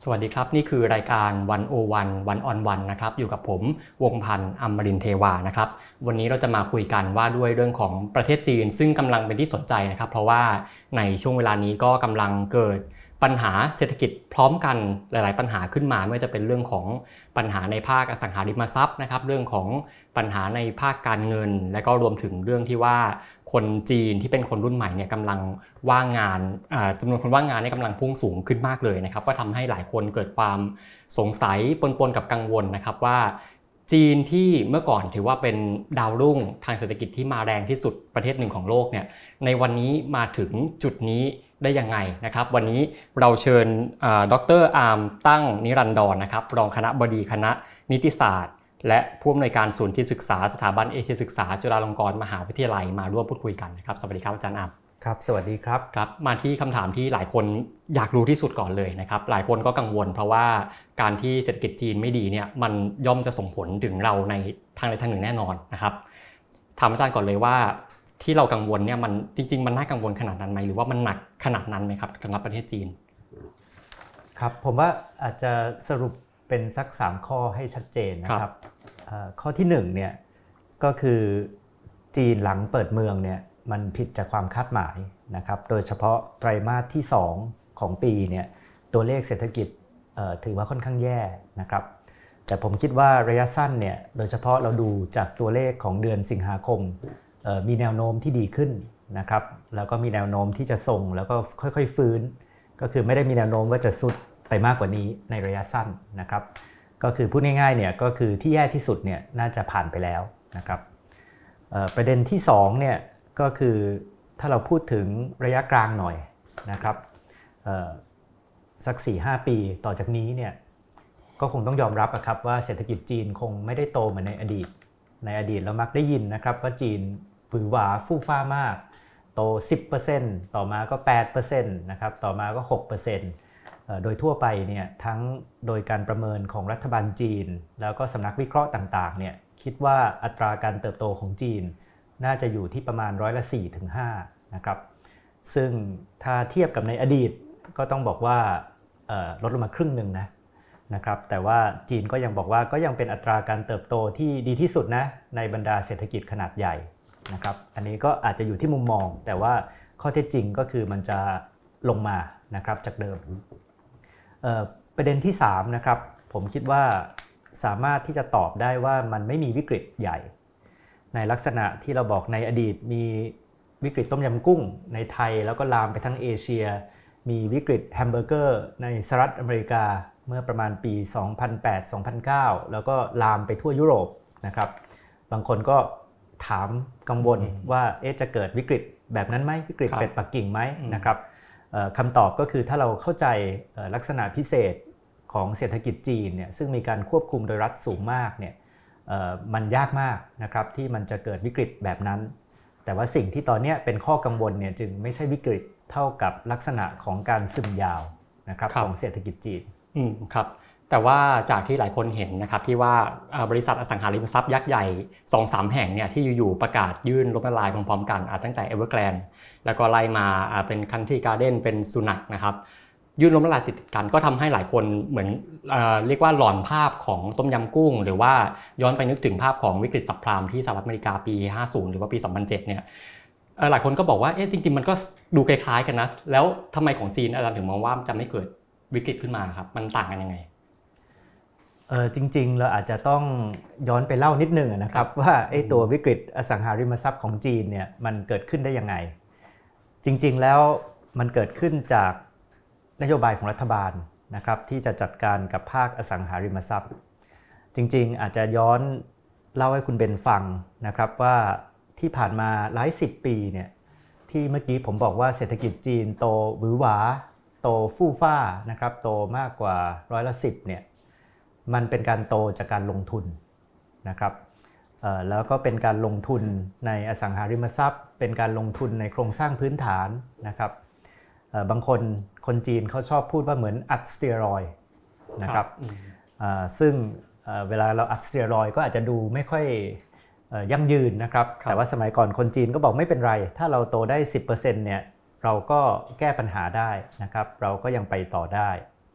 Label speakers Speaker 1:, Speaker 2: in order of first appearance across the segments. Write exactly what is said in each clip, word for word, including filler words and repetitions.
Speaker 1: สวัสดีครับนี่คือรายการวันโอวันวันออนวันนะครับอยู่กับผมวงพันธ์อมรินทร์เทวานะครับวันนี้เราจะมาคุยกันว่าด้วยเรื่องของประเทศจีนซึ่งกำลังเป็นที่สนใจนะครับเพราะว่าในช่วงเวลานี้ก็กำลังเกิดปัญหาเศรษฐกิจพร้อมกันหลายๆปัญหาขึ้นมาไม่ว่าจะเป็นเรื่องของปัญหาในภาคอสังหาริมทรัพย์นะครับเรื่องของปัญหาในภาคการเงินและก็รวมถึงเรื่องที่ว่าคนจีนที่เป็นคนรุ่นใหม่เนี่ยกำลังว่างงานจำนวนคนว่างงานเนี่ยกำลังพุ่งสูงขึ้นมากเลยนะครับก็ทำให้หลายคนเกิดความสงสัยปนๆกับกังวลนะครับว่าจีนที่เมื่อก่อนถือว่าเป็นดาวรุ่งทางเศรษฐกิจที่มาแรงที่สุดประเทศหนึ่งของโลกเนี่ยในวันนี้มาถึงจุดนี้ได้ยังไงนะครับวันนี้เราเชิญดร.อาร์มตั้งนิรันดรนะครับรองคณบดีคณะนิติศาสตร์และผู้อำนวยการศูนย์ที่ศึกษาสถาบันเอเชียศึกษาจุฬาลงกรณ์มหาวิทยาลัยมาร่วมพูดคุยกันนะครับสวัสดีครับอาจารย์อาร์ม
Speaker 2: ครับสวัสดีครับ
Speaker 1: ครับมาที่คำถามที่หลายคนอยากรู้ที่สุดก่อนเลยนะครับหลายคนก็กังวลเพราะว่าการที่เศรษฐกิจจีนไม่ดีเนี่ยมันย่อมจะส่งผลถึงเราในทางใดทางหนึ่งแน่นอนนะครับถามอาจารย์ก่อนเลยว่าที่เรากังวลเนี่ยมันจริงๆมันน่ากังวลขนาดนั้นไหมหรือว่ามันหนักขนาดนั้นไหมครับสำหรับประเทศจีน
Speaker 2: ครับผมว่าอาจจะสรุปเป็นสักสามข้อให้ชัดเจนนะครับข้อที่หนึ่งเนี่ยก็คือจีนหลังเปิดเมืองเนี่ยมันผิดจากความคาดหมายนะครับโดยเฉพาะไตรมาสที่สองของปีเนี่ยตัวเลขเศรษฐกิจถือว่าค่อนข้างแย่นะครับแต่ผมคิดว่าระยะสั้นเนี่ยโดยเฉพาะเราดูจากตัวเลขของเดือนสิงหาคมมีแนวโน้มที่ดีขึ้นนะครับแล้วก็มีแนวโน้มที่จะส่งแล้วก็ค่อยๆฟื้นก็คือไม่ได้มีแนวโน้มว่าจะสุดไปมากกว่านี้ในระยะสั้นนะครับก็คือพูดง่ายๆเนี่ยก็คือที่แย่ที่สุดเนี่ยน่าจะผ่านไปแล้วนะครับประเด็นที่สองเนี่ยก็คือถ้าเราพูดถึงระยะกลางหน่อยนะครับสัก สี่ถึงห้า ปีต่อจากนี้เนี่ยก็คงต้องยอมรับครับว่าเศรษฐกิจจีนคงไม่ได้โตเหมือนในอดีตในอดีตเรามักได้ยินนะครับว่าจีนผือหวาฟู่ฟ้ามากโต สิบเปอร์เซ็นต์ ต่อมาก็ แปดเปอร์เซ็นต์ นะครับต่อมาก็ หกเปอร์เซ็นต์ โดยทั่วไปเนี่ยทั้งโดยการประเมินของรัฐบาลจีนแล้วก็สำนักวิเคราะห์ต่างๆเนี่ยคิดว่าอัตราการเติบโตของจีนน่าจะอยู่ที่ประมาณร้อยละ สี่ถึงห้า นะครับซึ่งถ้าเทียบกับในอดีตก็ต้องบอกว่าลดลงมาครึ่งหนึ่งนะนะครับแต่ว่าจีนก็ยังบอกว่าก็ยังเป็นอัตราการเติบโตที่ดีที่สุดนะในบรรดาเศรษฐกิจขนาดใหญ่นะครับอันนี้ก็อาจจะอยู่ที่มุมมองแต่ว่าข้อเท็จจริงก็คือมันจะลงมานะครับจากเดิมประเด็นที่สามนะครับผมคิดว่าสามารถที่จะตอบได้ว่ามันไม่มีวิกฤตใหญ่ในลักษณะที่เราบอกในอดีตมีวิกฤตต้มยำกุ้งในไทยแล้วก็ลามไปทั้งเอเชียมีวิกฤตแฮมเบอร์เกอร์ในสหรัฐอเมริกาเมื่อประมาณปี สองพันแปด สองพันเก้า แล้วก็ลามไปทั่วยุโรปนะครับบางคนก็ถามกังวลว่าเอ๊ะจะเกิดวิกฤตแบบนั้นไหมวิกฤตเป็ดปักกิ่งไหมนะครับคำตอบก็คือถ้าเราเข้าใจลักษณะพิเศษของเศรษฐกิจจีนเนี่ยซึ่งมีการควบคุมโดยรัฐสูงมากเนี่ยมันยากมากนะครับที่มันจะเกิดวิกฤตแบบนั้นแต่ว่าสิ่งที่ตอนนี้เป็นข้อกังวลเนี่ยจึงไม่ใช่วิกฤตเท่ากับลักษณะของการซึมยาวนะครับของเศรษฐกิจจีน
Speaker 1: อืมครับแต่ว่าจากที่หลายคนเห็นนะครับที่ว่าบริษัทอสังหาริมทรัพย์ยักษ์ใหญ่ สองถึงสาม แห่งเนี่ยที่อยู่ๆประกาศยื่นล้มละลายพร้อมๆกันตั้งแต่ Evergrande แล้วก็ไล่มาเป็น Country Garden เป็นสุนัขนะครับยื่นล้มละลายติดกันก็ทำให้หลายคนเหมือนเอ่อเรียกว่าหลอนภาพของต้มยำกุ้งหรือว่าย้อนไปนึกถึงภาพของวิกฤตซับไพรม์ที่สหรัฐอเมริกาปีห้าสิบหรือว่าปีสองพันเจ็ดเนี่ยหลายคนก็บอกว่าเอ๊ะจริงๆมันก็ดูคล้ายๆกันนะแล้วทำไมของจีนอาจารย์ถึงมองว่าจะไม่เกิดวิกฤตขึ้นมาครับมันต่างกันยังไง
Speaker 2: เออจริงๆเราอาจจะต้องย้อนไปเล่านิดนึงนะครับว่าไอ้ตัววิกฤตอสังหาริมทรัพย์ของจีนเนี่ยมันเกิดขึ้นได้ยังไงจริงๆแล้วมันเกิดขึ้นจากนโยบายของรัฐบาลนะครับที่จะจัดการกับภาคอสังหาริมทรัพย์จริงๆอาจจะย้อนเล่าให้คุณเบนฟังนะครับว่าที่ผ่านมาหลายสิบปีเนี่ยที่เมื่อกี้ผมบอกว่าเศรษฐกิจจีนโตหวือหวาโตฟู่ฟ้านะครับโตมากกว่าร้อยละสิบเนี่ยมันเป็นการโตจากการลงทุนนะครับแล้วก็เป็นการลงทุนในอสังหาริมทรัพย์เป็นการลงทุนในโครงสร้างพื้นฐานนะครับบางคนคนจีนเขาชอบพูดว่าเหมือนอัดสเตียรอยด์นะครับซึ่งเวลาเราอัดสเตียรอยด์ก็อาจจะดูไม่ค่อยยั่งยืนนะครับแต่ว่าสมัยก่อนคนจีนก็บอกไม่เป็นไรถ้าเราโตได้ สิบเปอร์เซ็นต์ เนี่ยเราก็แก้ปัญหาได้นะครับเราก็ยังไปต่อได้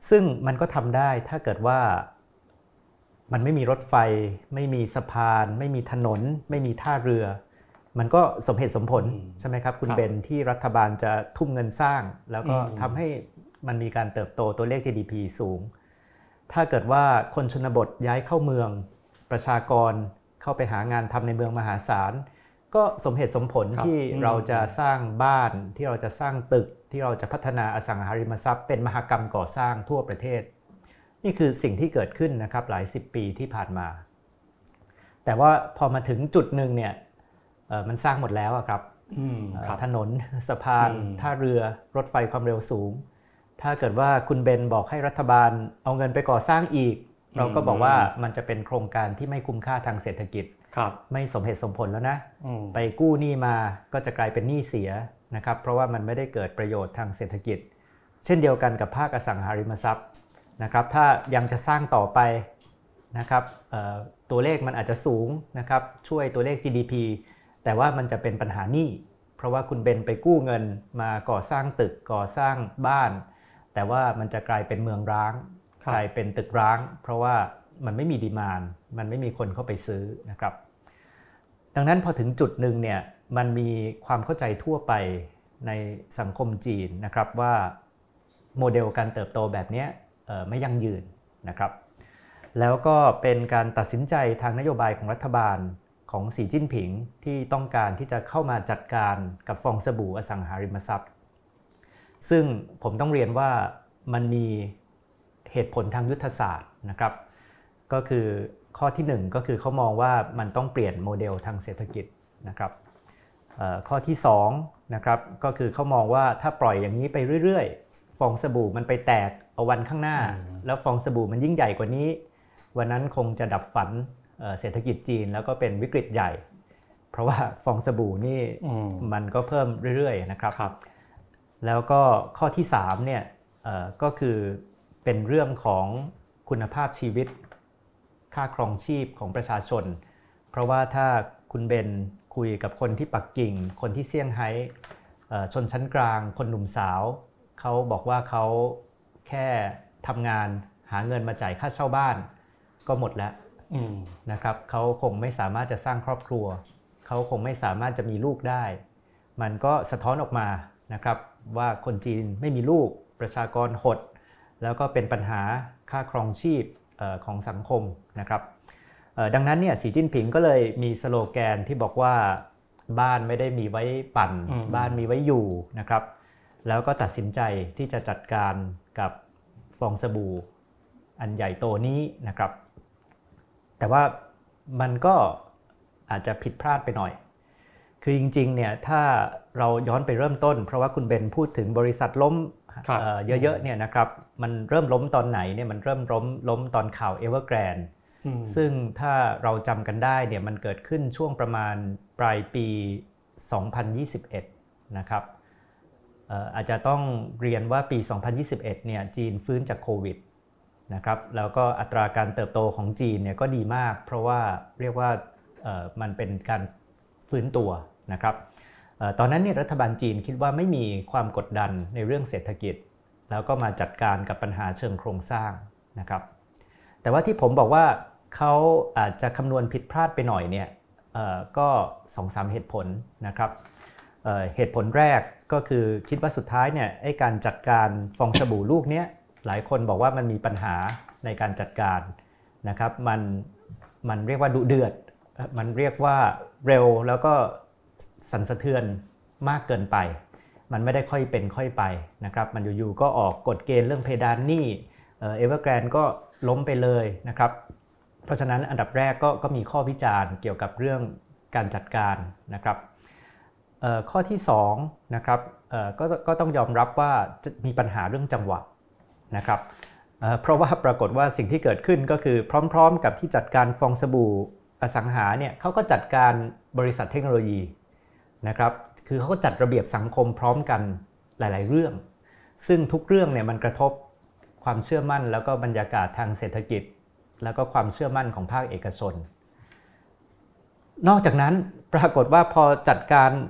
Speaker 2: ซึ่งมันก็ทำได้ถ้าเกิดว่ามันไม่มีรถไฟไม่มีสะพานไม่มีถนนไม่มีท่าเรือมันก็สมเหตุสมผลใช่ไหมครับคุณเบนที่รัฐบาลจะทุ่มเงินสร้างแล้วก็ทำให้มันมีการเติบโตตัวเลข จี ดี พี สูงถ้าเกิดว่าคนชนบทย้ายเข้าเมืองประชากรเข้าไปหางานทำในเมืองมหาศาลก็สมเหตุสมผลที่เราจะสร้างบ้านที่เราจะสร้างตึกที่เราจะพัฒนาอสังหาริมทรัพย์เป็นมหกรรมก่อสร้างทั่วประเทศนี่คือสิ่งที่เกิดขึ้นนะครับหลายสิบปีที่ผ่านมาแต่ว่าพอมาถึงจุดหนึ่งเนี่ยมันสร้างหมดแล้วครับถนนสะพานท่าเรือรถไฟความเร็วสูงถ้าเกิดว่าคุณเบนบอกให้รัฐบาลเอาเงินไปก่อสร้างอีกเราก็บอกว่ามันจะเป็นโครงการที่ไม่คุ้มค่าทางเศรษฐกิจไม่สมเหตุสมผลแล้วนะไปกู้หนี้มาก็จะกลายเป็นหนี้เสียนะครับเพราะว่ามันไม่ได้เกิดประโยชน์ทางเศรษฐกิจเช่นเดียวกันกับภาคอสังหาริมทรัพย์นะครับถ้ายังจะสร้างต่อไปนะครับตัวเลขมันอาจจะสูงนะครับช่วยตัวเลข จี ดี พี แต่ว่ามันจะเป็นปัญหาหนี้เพราะว่าคุณเบนไปกู้เงินมาก่อสร้างตึกก่อสร้างบ้านแต่ว่ามันจะกลายเป็นเมืองร้างกลายเป็นตึกร้างเพราะว่ามันไม่มีดีมานด์มันไม่มีคนเข้าไปซื้อนะครับดังนั้นพอถึงจุดหนึ่งเนี่ยมันมีความเข้าใจทั่วไปในสังคมจีนนะครับว่าโมเดลการเติบโตแบบนี้ไม่ยั่งยืนนะครับแล้วก็เป็นการตัดสินใจทางนโยบายของรัฐบาลของสีจิ้นผิงที่ต้องการที่จะเข้ามาจัดการกับฟองสบู่อสังหาริมทรัพย์ซึ่งผมต้องเรียนว่ามันมีเหตุผลทางยุทธศาสตร์นะครับก็คือข้อที่หนึ่งก็คือเขามองว่ามันต้องเปลี่ยนโมเดลทางเศรษฐกิจนะครับข้อที่สองนะครับก็คือเขามองว่าถ้าปล่อยอย่างนี้ไปเรื่อยๆฟองสบู่มันไปแตกเอาวันข้างหน้าแล้วฟองสบู่มันยิ่งใหญ่กว่านี้วันนั้นคงจะดับฝันเศรษฐกิจจีนแล้วก็เป็นวิกฤตใหญ่เพราะว่าฟองสบู่นี่มันก็เพิ่มเรื่อยๆนะครับแล้วก็ข้อที่สามเนี่ยก็คือเป็นเรื่องของคุณภาพชีวิตค่าครองชีพของประชาชนเพราะว่าถ้าคุณเบนคุยกับคนที่ปักกิ่งคนที่เซี่ยงไฮ้ชนชั้นกลางคนหนุ่มสาวเขาบอกว่าเขาแค่ทำงานหาเงินมาจ่ายค่าเช่าบ้านก็หมดแล้วนะครับเขาคงไม่สามารถจะสร้างครอบครัวเขาคงไม่สามารถจะมีลูกได้มันก็สะท้อนออกมานะครับว่าคนจีนไม่มีลูกประชากรหดแล้วก็เป็นปัญหาค่าครองชีพของสังคมนะครับดังนั้นเนี่ยสีจิ้นผิงก็เลยมีสโลแกนที่บอกว่าบ้านไม่ได้มีไว้ปั่นบ้านมีไว้อยู่นะครับแล้วก็ตัดสินใจที่จะจัดการกับฟองสบู่อันใหญ่โตนี้นะครับแต่ว่ามันก็อาจจะผิดพลาดไปหน่อยคือจริงๆเนี่ยถ้าเราย้อนไปเริ่มต้นเพราะว่าคุณเบนพูดถึงบริษัทล้มเยอะๆเนี่ยนะครับมันเริ่มล้มตอนไหนเนี่ยมันเริ่มล้มล้มตอนข่าว Evergrande ซึ่งถ้าเราจำกันได้เนี่ยมันเกิดขึ้นช่วงประมาณปลายปีสองพันยี่สิบเอ็ดนะครับอาจจะต้องเรียนว่าปีสองพันยี่สิบเอ็ดเนี่ยจีนฟื้นจากโควิดนะครับแล้วก็อัตราการเติบโตของจีนเนี่ยก็ดีมากเพราะว่าเรียกว่ามันเป็นการฟื้นตัวนะครับตอนนั้นเนี่ยรัฐบาลจีนคิดว่าไม่มีความกดดันในเรื่องเศรษฐกิจแล้วก็มาจัดการกับปัญหาเชิงโครงสร้างนะครับแต่ว่าที่ผมบอกว่าเขาอาจจะคำนวณผิดพลาดไปหน่อยเนี่ยก็ สองถึงสาม เหตุผลนะครับเหตุผลแรกก็คือคิดว่าสุดท้ายเนี่ยไอ้การจัดการฟองสบู่ลูกเนี้ยหลายคนบอกว่ามันมีปัญหาในการจัดการนะครับมันมันเรียกว่าดุเดือดมันเรียกว่าเร็วแล้วก็สั่นสะเทือนมากเกินไปมันไม่ได้ค่อยเป็นค่อยไปนะครับมันอยู่ๆก็ออกกฎเกณฑ์เรื่องเพดานหนี้เอ่อ Evergrande ก็ล้มไปเลยนะครับเพราะฉะนั้นอันดับแรกก็ก็มีข้อวิจารณ์เกี่ยวกับเรื่องการจัดการนะครับเอ่อข้อที่สองนะครับเอ่อก็ก็ต้องยอมรับว่าจะมีปัญหาเรื่องจังหวะนะครับเอ่อเพราะว่าปรากฏว่าสิ่งที่เกิดขึ้นก็คือพร้อมๆกับที่จัดการฟองสบู่อสังหาเนี่ยเขาก็จัดการบริษัทเทคโนโลยีนะครับคือเขาก็จัดระเบียบสังคมพร้อมกันหลายๆเรื่องซึ่งทุกเรื่องเนี่ยมันกระทบความเชื่อมั่นแล้วก็บรรยากาศทางเศรษฐกิจแล้วก็ความเชื่อมั่นของภาคเอกชนนอกจากนั้นปรากฏว่าพอจัดการ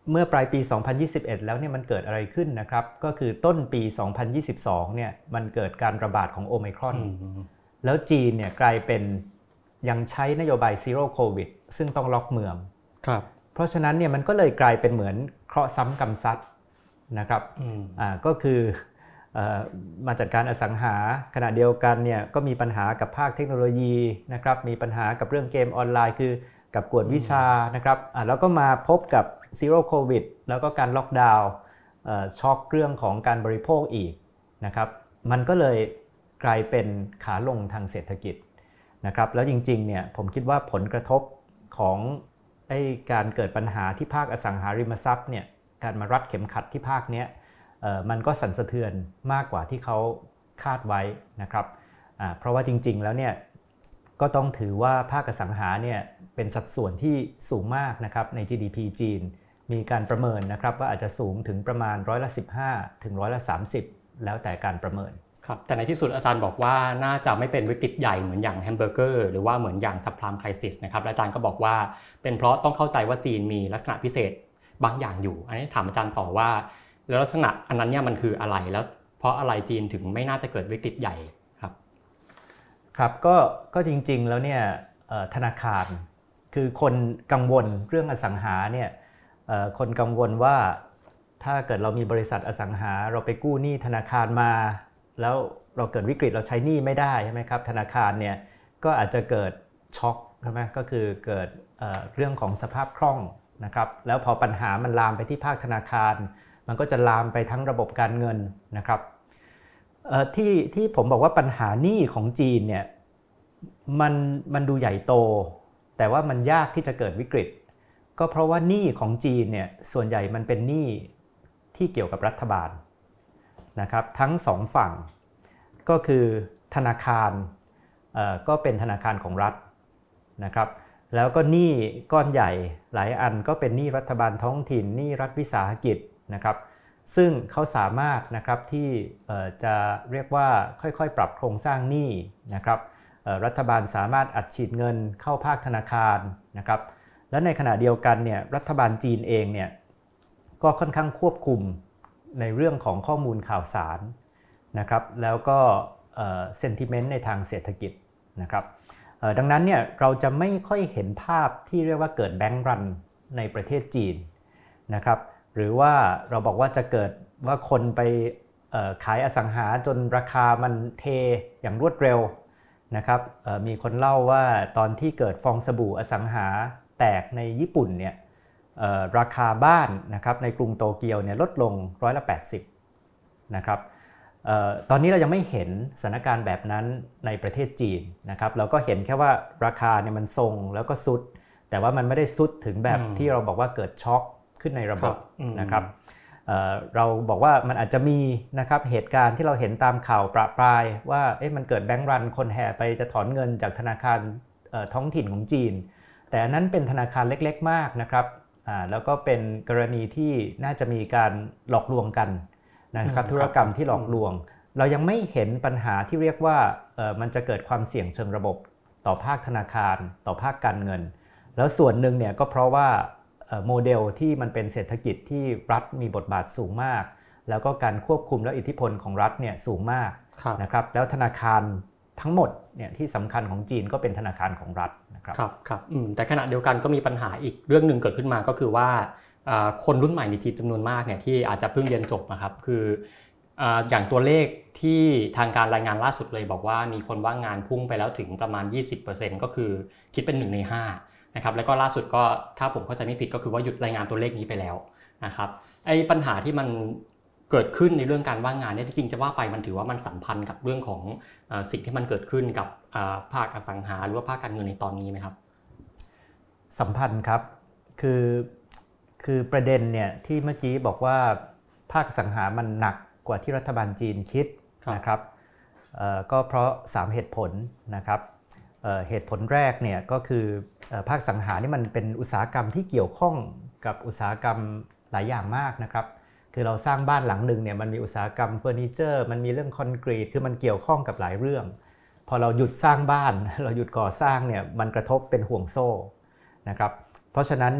Speaker 2: เมื่อปลายปี สองพันยี่สิบเอ็ด แล้วเนี่ยมันเกิดอะไรขึ้นนะครับก็คือต้นปี สองพันยี่สิบสอง เนี่ยมันเกิดการระบาดของโอไมครอนแล้วจีนเนี่ยกลายเป็นยังใช้นโยบายซีโร่โควิดซึ่งต้องล็อกเมือง
Speaker 1: ครับ
Speaker 2: เพราะฉะนั้นเนี่ยมันก็เลยกลายเป็นเหมือนเคราะห์ซ้ำกรรมซัดนะครับอ่าก็คือมาจัดการอสังหาขณะเดียวกันเนี่ยก็มีปัญหากับภาคเทคโนโลยีนะครับมีปัญหากับเรื่องเกมออนไลน์คือกับกวดวิชานะครับอ่าแล้วก็มาพบกับซีโร่โควิดแล้วก็การล็อกดาวน์ช็อคเรื่องของการบริโภคอีกนะครับมันก็เลยกลายเป็นขาลงทางเศรษฐกิจนะครับแล้วจริงๆเนี่ยผมคิดว่าผลกระทบของไอ้การเกิดปัญหาที่ภาคอสังหาริมทรัพย์เนี่ยการมารัดเข็มขัดที่ภาคเนี้ยมันก็สั่นสะเทือนมากกว่าที่เขาคาดไว้นะครับเพราะว่าจริงๆแล้วเนี่ยก็ต้องถือว่าภาคอสังหาเนี่ยเป็นสัดส่วนที่สูงมากนะครับใน จี ดี พี จีนมีการประเมินนะครับว่าอาจจะสูงถึงประมาณร้อยละสิบห้าถึงร้อยละสามสิบแล้วแต่การประเมิน
Speaker 1: ครับแต่ในที่สุดอาจารย์บอกว่าน่าจะไม่เป็นวิกฤตใหญ่เหมือนอย่างแฮมเบอร์เกอร์หรือว่าเหมือนอย่างซับไพรม์ไครซิสนะครับอาจารย์ก็บอกว่าเป็นเพราะต้องเข้าใจว่าจีนมีลักษณะพิเศษบางอย่างอยู่อันนี้ถามอาจารย์ต่อว่าแล้วลักษณะอันนั้นเนี่ยมันคืออะไรแล้วเพราะอะไรจีนถึงไม่น่าจะเกิดวิกฤตใหญ่ครับ
Speaker 2: ครับก็ก็จริงๆแล้วเนี่ยธนาคารคือคนกังวลเรื่องอสังหาเนี่ยคนกังวลว่าถ้าเกิดเรามีบริษัทอสังหาเราไปกู้หนี้ธนาคารมาแล้วเราเกิดวิกฤตเราใช้หนี้ไม่ได้ใช่ไหมครับธนาคารเนี่ยก็อาจจะเกิดช็อคใช่ไหมก็คือเกิด เอ่อ เรื่องของสภาพคล่องนะครับแล้วพอปัญหามันลามไปที่ภาคธนาคารมันก็จะลามไปทั้งระบบการเงินนะครับที่ที่ผมบอกว่าปัญหาหนี้ของจีนเนี่ยมันมันดูใหญ่โตแต่ว่ามันยากที่จะเกิดวิกฤตก็เพราะว่าหนี้ของจีนเนี่ยส่วนใหญ่มันเป็นหนี้ที่เกี่ยวกับรัฐบาลนะครับทั้งสองฝั่งก็คือธนาคารก็เป็นธนาคารของรัฐนะครับแล้วก็หนี้ก้อนใหญ่หลายอันก็เป็นหนี้รัฐบาลท้องถิ่นหนี้รัฐวิสาหกิจนะครับซึ่งเขาสามารถนะครับที่จะเรียกว่าค่อยๆปรับโครงสร้างหนี้นะครับรัฐบาลสามารถอัดฉีดเงินเข้าภาคธนาคารนะครับและในขณะเดียวกันเนี่ยรัฐบาลจีนเองเนี่ยก็ค่อนข้างควบคุมในเรื่องของข้อมูลข่าวสารนะครับแล้วก็เซนติเมนต์ในทางเศรษฐกิจนะครับดังนั้นเนี่ยเราจะไม่ค่อยเห็นภาพที่เรียกว่าเกิดแบงก์รันในประเทศจีนนะครับหรือว่าเราบอกว่าจะเกิดว่าคนไปขายอสังหาจนราคามันเทอย่างรวดเร็วนะครับมีคนเล่าว่าตอนที่เกิดฟองสบู่อสังหาแตกในญี่ปุ่นเนี่ยราคาบ้านนะครับในกรุงโตเกียวเนี่ยลดลงร้อยละแปดสิบนะครับตอนนี้เรายังไม่เห็นสถานการณ์แบบนั้นในประเทศจีนนะครับเราก็เห็นแค่ว่าราคาเนี่ยมันทรงแล้วก็ซุดแต่ว่ามันไม่ได้ซุดถึงแบบที่เราบอกว่าเกิดช็อคขึ้นในระบบนะครับเ, เราบอกว่ามันอาจจะมีนะครับเหตุการณ์ที่เราเห็นตามข่าวประปรายว่าเอ๊ะมันเกิดแบงก์รันคนแห่ไปจะถอนเงินจากธนาคารท้องถิ่นของจีนแต่อันนั้นเป็นธนาคารเล็กๆมากนะครับแล้วก็เป็นกรณีที่น่าจะมีการหลอกลวงกันนะครับธุรกรรมที่หลอกลวงเรายังไม่เห็นปัญหาที่เรียกว่ามันจะเกิดความเสี่ยงเชิงระบบต่อภาคธนาคารต่อภาคการเงินแล้วส่วนหนึ่งเนี่ยก็เพราะว่าโมเดลที่มันเป็นเศรษฐกิจที่รัฐมีบทบาทสูงมากแล้วก็การควบคุมและอิทธิพลของรัฐเนี่ยสูงมากนะครับแล้วธนาคารทั้งหมดเนี่ยที่สำคัญของจีนก็เป็นธนาคารของรัฐนะครับ
Speaker 1: ครับครับแต่ขณะเดียวกันก็มีปัญหาอีกเรื่องหนึ่งเกิดขึ้นมาก็คือว่าคนรุ่นใหม่ในจีนจำนวนมากเนี่ยที่อาจจะเพิ่งเรียนจบนะครับคืออย่างตัวเลขที่ทางการรายงานล่าสุดเลยบอกว่ามีคนว่างงานพุ่งไปแล้วถึงประมาณ ยี่สิบเปอร์เซ็นต์ ก็คือคิดเป็นหนึ่งในห้านะครับแล้วก็ล่าสุดก็ถ้าผมเข้าใจไม่ผิดก็คือว่าหยุดรายงานตัวเลขนี้ไปแล้วนะครับไอ้ปัญหาที่มันเกิดขึ้นในเรื่องการว่างงานเนี่ยจริงๆจะว่าไปมันถือว่ามันสัมพันธ์กับเรื่องของสิ่งที่มันเกิดขึ้นกับภาคอสังหาหรือว่าภาคการเงินในตอนนี้ไหมครับ
Speaker 2: สัมพันธ์ครับคือคือประเด็นเนี่ยที่เมื่อกี้บอกว่าภาคอสังหามันหนักกว่าที่รัฐบาลจีนคิดนะครับก็เพราะสามเหตุผลนะครับเหตุผลแรกเนี่ยก็คือภาคสังหานี่มันเป็นอุตสาหกรรมที่เกี่ยวข้องกับอุตสาหกรรมหลายอย่างมากนะครับคือเราสร้างบ้านหลังหนึ่งเนี่ยมันมีอุตสาหกรรมเฟอร์นิเจอร์มันมีเรื่องคอนกรีตคือมันเกี่ยวข้องกับหลายเรื่องพอเราหยุดสร้างบ้านเราหยุดก่อสร้างเนี่ยมันกระทบเป็นห่วงโซ่นะครับเพราะฉะนั้นเนี่ย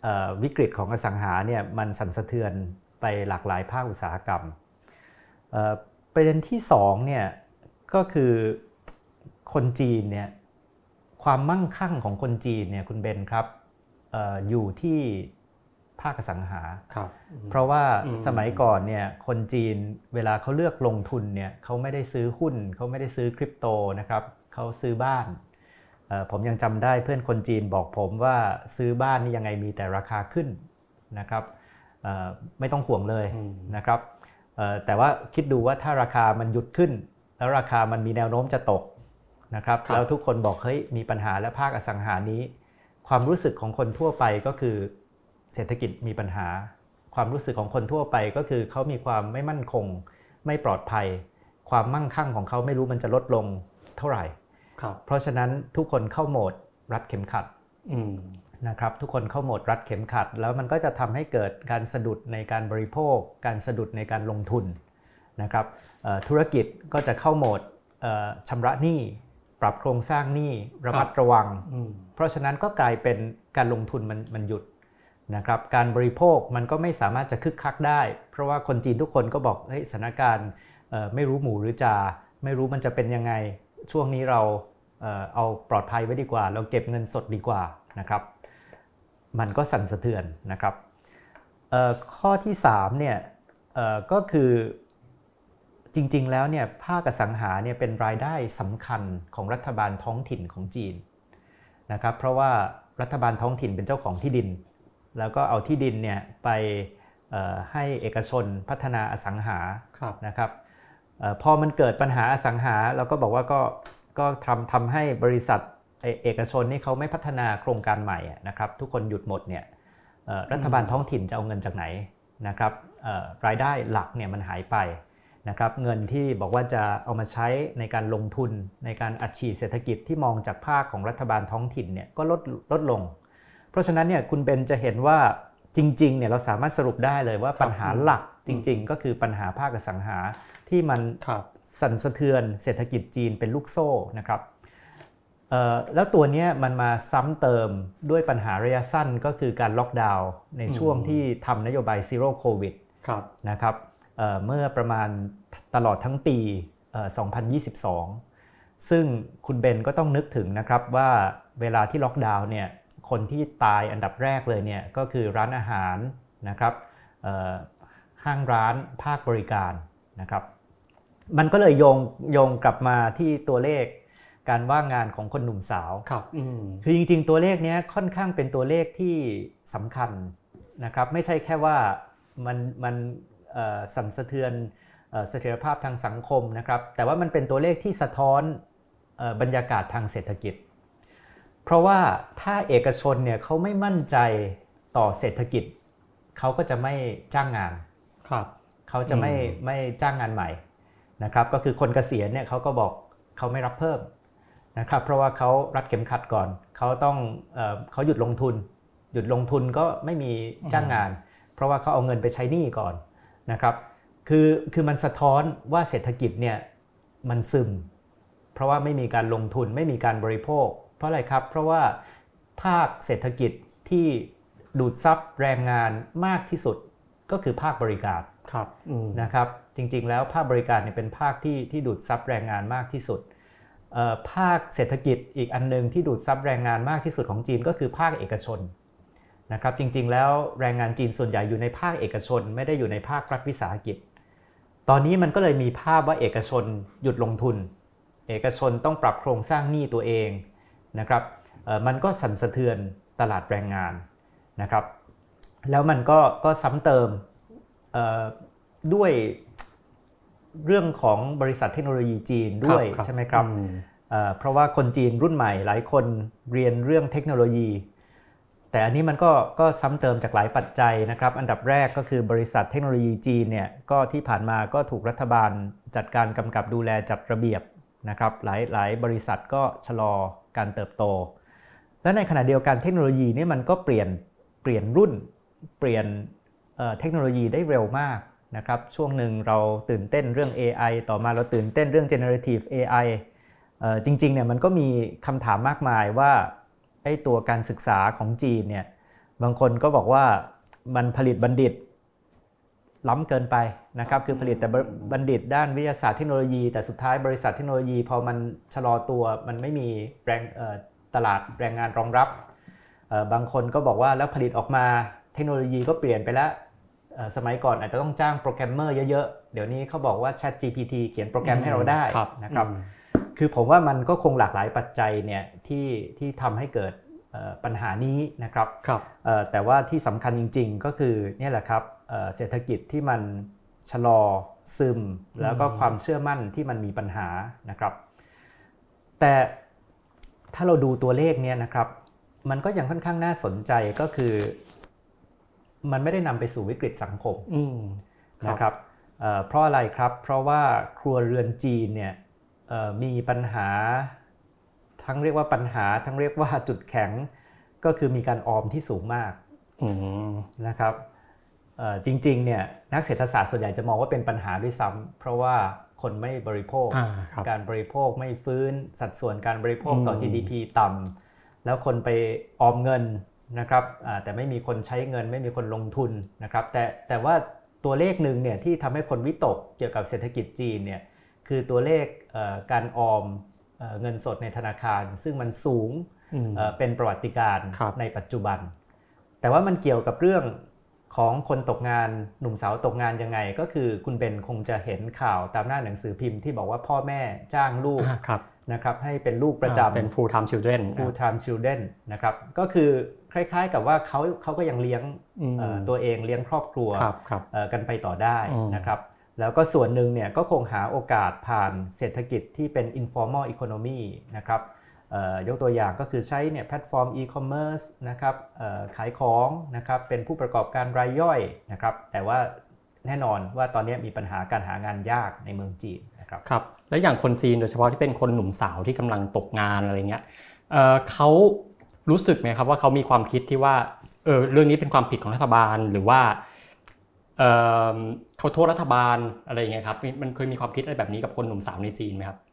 Speaker 2: วิกฤตของอสังหาเนี่ยมันสั่นสะเทือนไปหลากหลายภาคอุตสาหกรรมประเด็นที่สองเนี่ยก็คือคนจีนเนี่ยความมั่งคั่งของคนจีนเนี่ยคุณเบนครับอออยู่ที่ภาคอสังหาเพราะว่าสมัยก่อนเนี่ยคนจีนเวลาเขาเลือกลงทุนเนี่ยเขาไม่ได้ซื้อหุ้นเขาไม่ได้ซื้อคริปโตนะครับเขาซื้อบ้านผมยังจำได้เพื่อนคนจีนบอกผมว่าซื้อบ้านนี่ยังไงมีแต่ราคาขึ้นนะครับไม่ต้องห่วงเลยนะครับแต่ว่าคิดดูว่าถ้าราคามันหยุดขึ้นแล้วราคามันมีแนวโน้มจะตกนะครับแล้วทุกคนบอกเฮ้ยมีปัญหาและภาคอสังหานี้ความรู้สึกของคนทั่วไปก็คือเศรษฐกิจมีปัญหาความรู้สึกของคนทั่วไปก็คือเขามีความไม่มั่นคงไม่ปลอดภัยความมั่งคั่งของเขาไม่รู้มันจะลดลงเท่าไหร่เพราะฉะนั้นทุกคนเข้าโหมดรัดเข็มขัดนะครับทุกคนเข้าโหมดรัดเข็มขัดแล้วมันก็จะทำให้เกิดการสะดุดในการบริโภคการสะดุดในการลงทุนนะครับธุรกิจก็จะเข้าโหมดชำระหนี้ปรับโครงสร้างหนี้ระมัดระวังเพราะฉะนั้นก็กลายเป็นการลงทุนมันมันหยุดนะครับการบริโภคมันก็ไม่สามารถจะคึกคักได้เพราะว่าคนจีนทุกคนก็บอกเฮ้ยสถานการณ์ไม่รู้หมูหรือจาไม่รู้มันจะเป็นยังไงช่วงนี้เราเอาปลอดภัยไว้ดีกว่าเราเก็บเงินสดดีกว่านะครับมันก็สั่นสะเทือนนะครับข้อที่สามเนี่ยก็คือจริงๆแล้วเนี่ยภาคอสังหาเนี่ยเป็นรายได้สำคัญของรัฐบาลท้องถิ่นของจีนนะครับเพราะว่ารัฐบาลท้องถิ่นเป็นเจ้าของที่ดินแล้วก็เอาที่ดินเนี่ยไปให้เอกชนพัฒนาอสังหานะครับพอมันเกิดปัญหาอสังหาเราก็บอกว่าก็ก็ทำทำให้บริษัทเอกชนนี่เขาไม่พัฒนาโครงการใหม่นะครับทุกคนหยุดหมดเนี่ยรัฐบาลท้องถิ่นจะเอาเงินจากไหนนะครับรายได้หลักเนี่ยมันหายไปนะครับเงินที่บอกว่าจะเอามาใช้ในการลงทุนในการอัดฉีดเศรษฐกิจที่มองจากภาคของรัฐบาลท้องถิ่นเนี่ยก็ลดลดลงเพราะฉะนั้นเนี่ยคุณเบนจะเห็นว่าจริงๆเนี่ยเราสามารถสรุปได้เลยว่าปัญหาหลักจริงๆก็คือปัญหาภาคอสังหาที่มันสั่นสะเทือนเศรษฐกิจจีนเป็นลูกโซ่นะครับแล้วตัวนี้มันมาซ้ำเติมด้วยปัญหาระยะสั้นก็คือการล็อกดาวน์ในช่วงที่ทำนโยบายซีโร่โควิดนะครับเ, เมื่อประมาณตลอดทั้งปีสองพันยี่สิบสองซึ่งคุณเบนก็ต้องนึกถึงนะครับว่าเวลาที่ล็อกดาวน์เนี่ยคนที่ตายอันดับแรกเลยเนี่ยก็คือร้านอาหารนะครับห้างร้านภาคบริการนะครับมันก็เลยโยงโยงกลับมาที่ตัวเลขการว่างงานของคนหนุ่มสาวครับคือจริงๆตัวเลขนี้ค่อนข้างเป็นตัวเลขที่สำคัญนะครับไม่ใช่แค่ว่ามันมันสั่นสะเทือนเสถียรภาพทางสังคมนะครับแต่ว่ามันเป็นตัวเลขที่สะท้อนบรรยากาศทางเศรษฐกิจเพราะว่าถ้าเอกชนเนี่ยเขาไม่มั่นใจต่อเศรษฐกิจเขาก็จะไม่จ้างงานครับเขาจะไม่ไม่จ้างงานใหม่นะครับก็คือคนเกษียณเนี่ยเขาก็บอกเขาไม่รับเพิ่มนะครับเพราะว่าเขารัดเข็มขัดก่อนเขาต้องเอ่อเขาหยุดลงทุนหยุดลงทุนก็ไม่มีจ้างงานเพราะว่าเขาเอาเงินไปใช้หนี้ก่อนนะครับคือคือมันสะท้อนว่าเศรษฐกิจเนี่ยมันซึมเพราะว่าไม่มีการลงทุนไม่มีการบริโภคเพราะอะไรครับเพราะว่าภาคเศรษฐกิจที่ดูดซับแรงงานมากที่สุดก็คือภาคบริการนะครับจริงๆแล้วภาคบริการเนี่ยเป็นภาคที่ที่ดูดซับแรงงานมากที่สุดภาคเศรษฐกิจอีกอันนึงที่ดูดซับแรงงานมากที่สุดของจีนก็คือภาคเอกชนนะครับจริงๆแล้วแรงงานจีนส่วนใหญ่อยู่ในภาคเอกชนไม่ได้อยู่ในภาครัฐวิสาหกิจตอนนี้มันก็เลยมีภาพว่าเอกชนหยุดลงทุนเอกชนต้องปรับโครงสร้างหนี้ตัวเองนะครับมันก็สั่นสะเทือนตลาดแรงงานนะครับแล้วมันก็ก็ซ้ำเติมด้วยเรื่องของบริษัทเทคโนโลยีจีนด้วยใช่ไหมครับเพราะว่าคนจีนรุ่นใหม่หลายคนเรียนเรื่องเทคโนโลยีแต่อันนี้มันก็ก็ซ้ำเติมจากหลายปัจจัยนะครับอันดับแรกก็คือบริษัทเทคโนโลยีจีนเนี่ยก็ที่ผ่านมาก็ถูกรัฐบาลจัดการกำกับดูแลจัดระเบียบนะครับหลายหลายบริษัทก็ชะลอการเติบโตและในขณะเดียวกันเทคโนโลยีนี่มันก็เปลี่ยนเปลี่ยนรุ่นเปลี่ยนเอ่อเทคโนโลยีได้เร็วมากนะครับช่วงหนึ่งเราตื่นเต้นเรื่อง เอ ไอ ต่อมาเราตื่นเต้นเรื่อง generative เอ ไอ เอ่อจริงๆเนี่ยมันก็มีคำถามมากมายว่าไอ้ตัวการศึกษาของจีนเนี่ยบางคนก็บอกว่ามันผลิตบัณฑิตล้ำเกินไปนะครับคือผลิตแต่บัณฑิตด้านวิทยาศาสตร์เทคโนโลยีแต่สุดท้ายบริษัทเทคโนโลยีพอมันชะลอตัวมันไม่มีแรงตลาดแรงงานรองรับบางคนก็บอกว่าแล้วผลิตออกมาเทคโนโลยีก็เปลี่ยนไปแล้วสมัยก่อนอาจจะต้องจ้างโปรแกรมเมอร์เยอะๆเดี๋ยวนี้เขาบอกว่า Chat จี พี ที เขียนโปรแกรมให้เราได้นะครับคือผมว่ามันก็คงหลากหลายปัจจัยเนี่ยที่ที่ทำให้เกิดปัญหานี้นะครับแต่ว่าที่สำคัญจริงๆก็คือนี่แหละครับเศรษฐกิจที่มันชะลอซึมแล้วก็ความเชื่อมั่นที่มันมีปัญหานะครับแต่ถ้าเราดูตัวเลขเนี่ยนะครับมันก็ยังค่อนข้างน่าสนใจก็คือมันไม่ได้นำไปสู่วิกฤตสังคมนะครับเพราะอะไรครับเพราะว่าครัวเรือนจีนเนี่ยมีปัญหาทั้งเรียกว่าปัญหาทั้งเรียกว่าจุดแข็งก็คือมีการออมที่สูงมากนะครับจริงๆเนี่ยนักเศรษฐศาสตร์ส่วนใหญ่จะมองว่าเป็นปัญหาด้วยซ้ำเพราะว่าคนไม่บริโภคการบริโภคไม่ฟื้นสัดส่วนการบริโภคต่อ จี ดี พี ต่ำแล้วคนไปออมเงินนะครับแต่ไม่มีคนใช้เงินไม่มีคนลงทุนนะครับแต่แต่ว่าตัวเลขหนึ่งเนี่ยที่ทำให้คนวิตกเกี่ยวกับเศรษฐกิจจีนเนี่ยคือตัวเลขการออมเงินสดในธนาคารซึ่งมันสูงเป็นประวัติการณ์ในปัจจุบันแต่ว่ามันเกี่ยวกับเรื่องของคนตกงานหนุ่มสาวตกงานยังไงก็คือคุณเบนคงจะเห็นข่าวตามหน้าหนังสือพิมพ์ที่บอกว่าพ่อแม่จ้างลูกนะครับให้เป็นลูกประจำ
Speaker 1: เป็น full time children
Speaker 2: full time children นะครับก็คือคล้ายๆกับว่าเขาเขาก็ยังเลี้ยงตัวเองเลี้ยงครอบครัวกันไปต่อได้นะครับแล้วก็ส่วนหนึ่งเนี่ยก็คงหาโอกาสผ่านเศรษฐกิจที่เป็น informal economy นะครับยกตัวอย่างก็คือใช้เนี่ยแพลตฟอร์ม e-commerce นะครับขายของนะครับเป็นผู้ประกอบการรายย่อยนะครับแต่ว่าแน่นอนว่าตอนนี้มีปัญหาการหางานยากในเมืองจีนนะครับ
Speaker 1: ครับและอย่างคนจีนโดยเฉพาะที่เป็นคนหนุ่มสาวที่กำลังตกงานอะไรเงี้ย เอ่อเขารู้สึกไหมครับว่าเขามีความคิดที่ว่าเออเรื่องนี้เป็นความผิดของรัฐบาลหรือว่าเอ่อเขาโทษรัฐบาลอะไรอย่างเงี้ยครับมันเคยมีความคิดอะไรแบบนี้กับคนหนุ่มสาวในจีนไหมครับ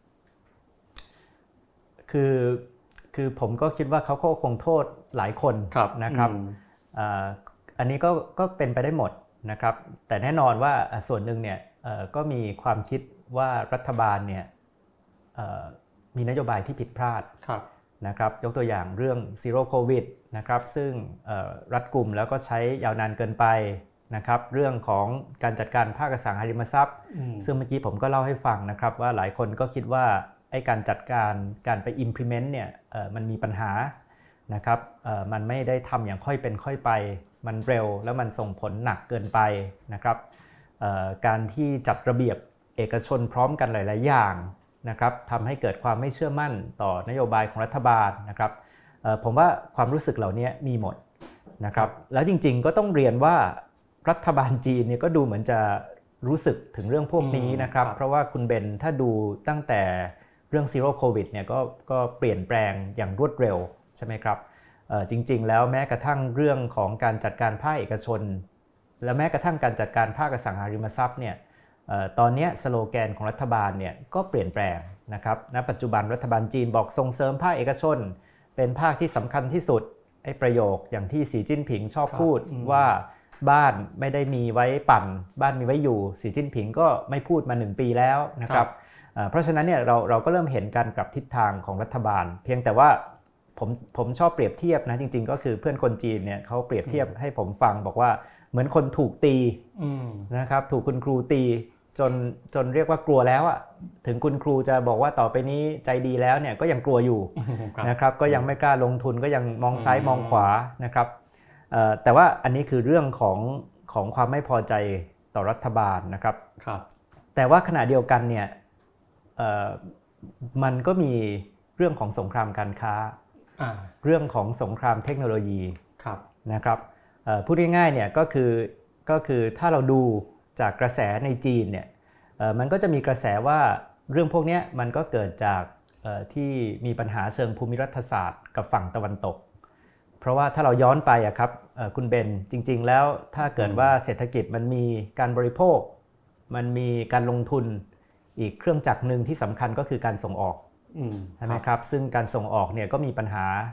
Speaker 2: คือคือผมก็คิดว่าเขาก็คงโทษหลายคนนะครับ อ, อันนี้ก็ก็เป็นไปได้หมดนะครับแต่แน่นอนว่าส่วนหนึ่งเนี่ยก็มีความคิดว่ารัฐบาลเนี่ยมีนโยบายที่ผิดพลาดนะครับยกตัวอย่างเรื่อง Zero Covid นะครับซึ่งรัดกุมแล้วก็ใช้ยาวนานเกินไปนะครับเรื่องของการจัดการภาคอสังหาริมทรัพย์ซึ่งเมื่อกี้ผมก็เล่าให้ฟังนะครับว่าหลายคนก็คิดว่าไอ้การจัดการการไป implement เนี่ยมันมีปัญหานะครับมันไม่ได้ทำอย่างค่อยเป็นค่อยไปมันเร็วแล้วมันส่งผลหนักเกินไปนะครับการที่จัดระเบียบเอกชนพร้อมกันหลายๆอย่างนะครับทำให้เกิดความไม่เชื่อมั่นต่อนโยบายของรัฐบาลนะครับผมว่าความรู้สึกเหล่านี้มีหมดนะครับแล้วจริงๆก็ต้องเรียนว่ารัฐบาลจีนเนี่ยก็ดูเหมือนจะรู้สึกถึงเรื่องพวกนี้นะครับเพราะว่าคุณเบนถ้าดูตั้งแต่เรื่อง Zero Covid เนี่ยก็ก็เปลี่ยนแปลงอย่างรวดเร็วใช่ไหมครับจริงๆแล้วแม้กระทั่งเรื่องของการจัดการภาคเอกชนและแม้กระทั่งการจัดการภาคอสังหาริมทรัพย์เนี่ยตอนนี้สโลแกนของรัฐบาลเนี่ยก็เปลี่ยนแปลงนะครับณปัจจุบันรัฐบาลจีนบอกส่งเสริมภาคเอกชนเป็นภาคที่สำคัญที่สุดไอ้ประโยคอย่างที่สีจิ้นผิงชอบพูดว่าบ้านไม่ได้มีไว้ปั่นบ้านมีไว้อยู่สีจิ้นผิงก็ไม่พูดมาหนึ่งปีแล้วนะครับเพราะฉะนั้นเนี่ยเราเราก็เริ่มเห็นการกลับทิศทางของรัฐบาลเพียงแต่ว่าผมผมชอบเปรียบเทียบนะจริงๆก็คือเพื่อนคนจีนเนี่ยเขาเปรียบเทียบให้ผมฟังบอกว่าเหมือนคนถูกตีนะครับถูกคุณครูตีจนจนเรียกว่ากลัวแล้วอ่ะถึงคุณครูจะบอกว่าต่อไปนี้ใจดีแล้วเนี่ยก็ยังกลัวอยู่นะครับก็ยังไม่กล้าลงทุนก็ยังมองซ้ายมองขวานะครับแต่ว่าอันนี้คือเรื่องของของความไม่พอใจต่อรัฐบาลนะครับแต่ว่าขณะเดียวกันเนี่ยมันก็มีเรื่องของสงครามการค้าเรื่องของสงครามเทคโนโลยีนะครับพูดง่ายๆเนี่ยก็คือก็คือถ้าเราดูจากกระแสในจีนเนี่ยมันก็จะมีกระแสว่าเรื่องพวกนี้มันก็เกิดจากที่มีปัญหาเชิงภูมิรัฐศาสตร์กับฝั่งตะวันตกเพราะว่าถ้าเราย้อนไปอะครับคุณเบนจริงๆแล้วถ้าเกิดว่าเศรษฐกิจมันมีการบริโภคมันมีการลงทุนอีกเครื่องจักรหนึ่งที่สำคัญก็คือการส่งออกใช่ไหมครับซึ่งการส่งออกเนี่ยก็มีปัญหา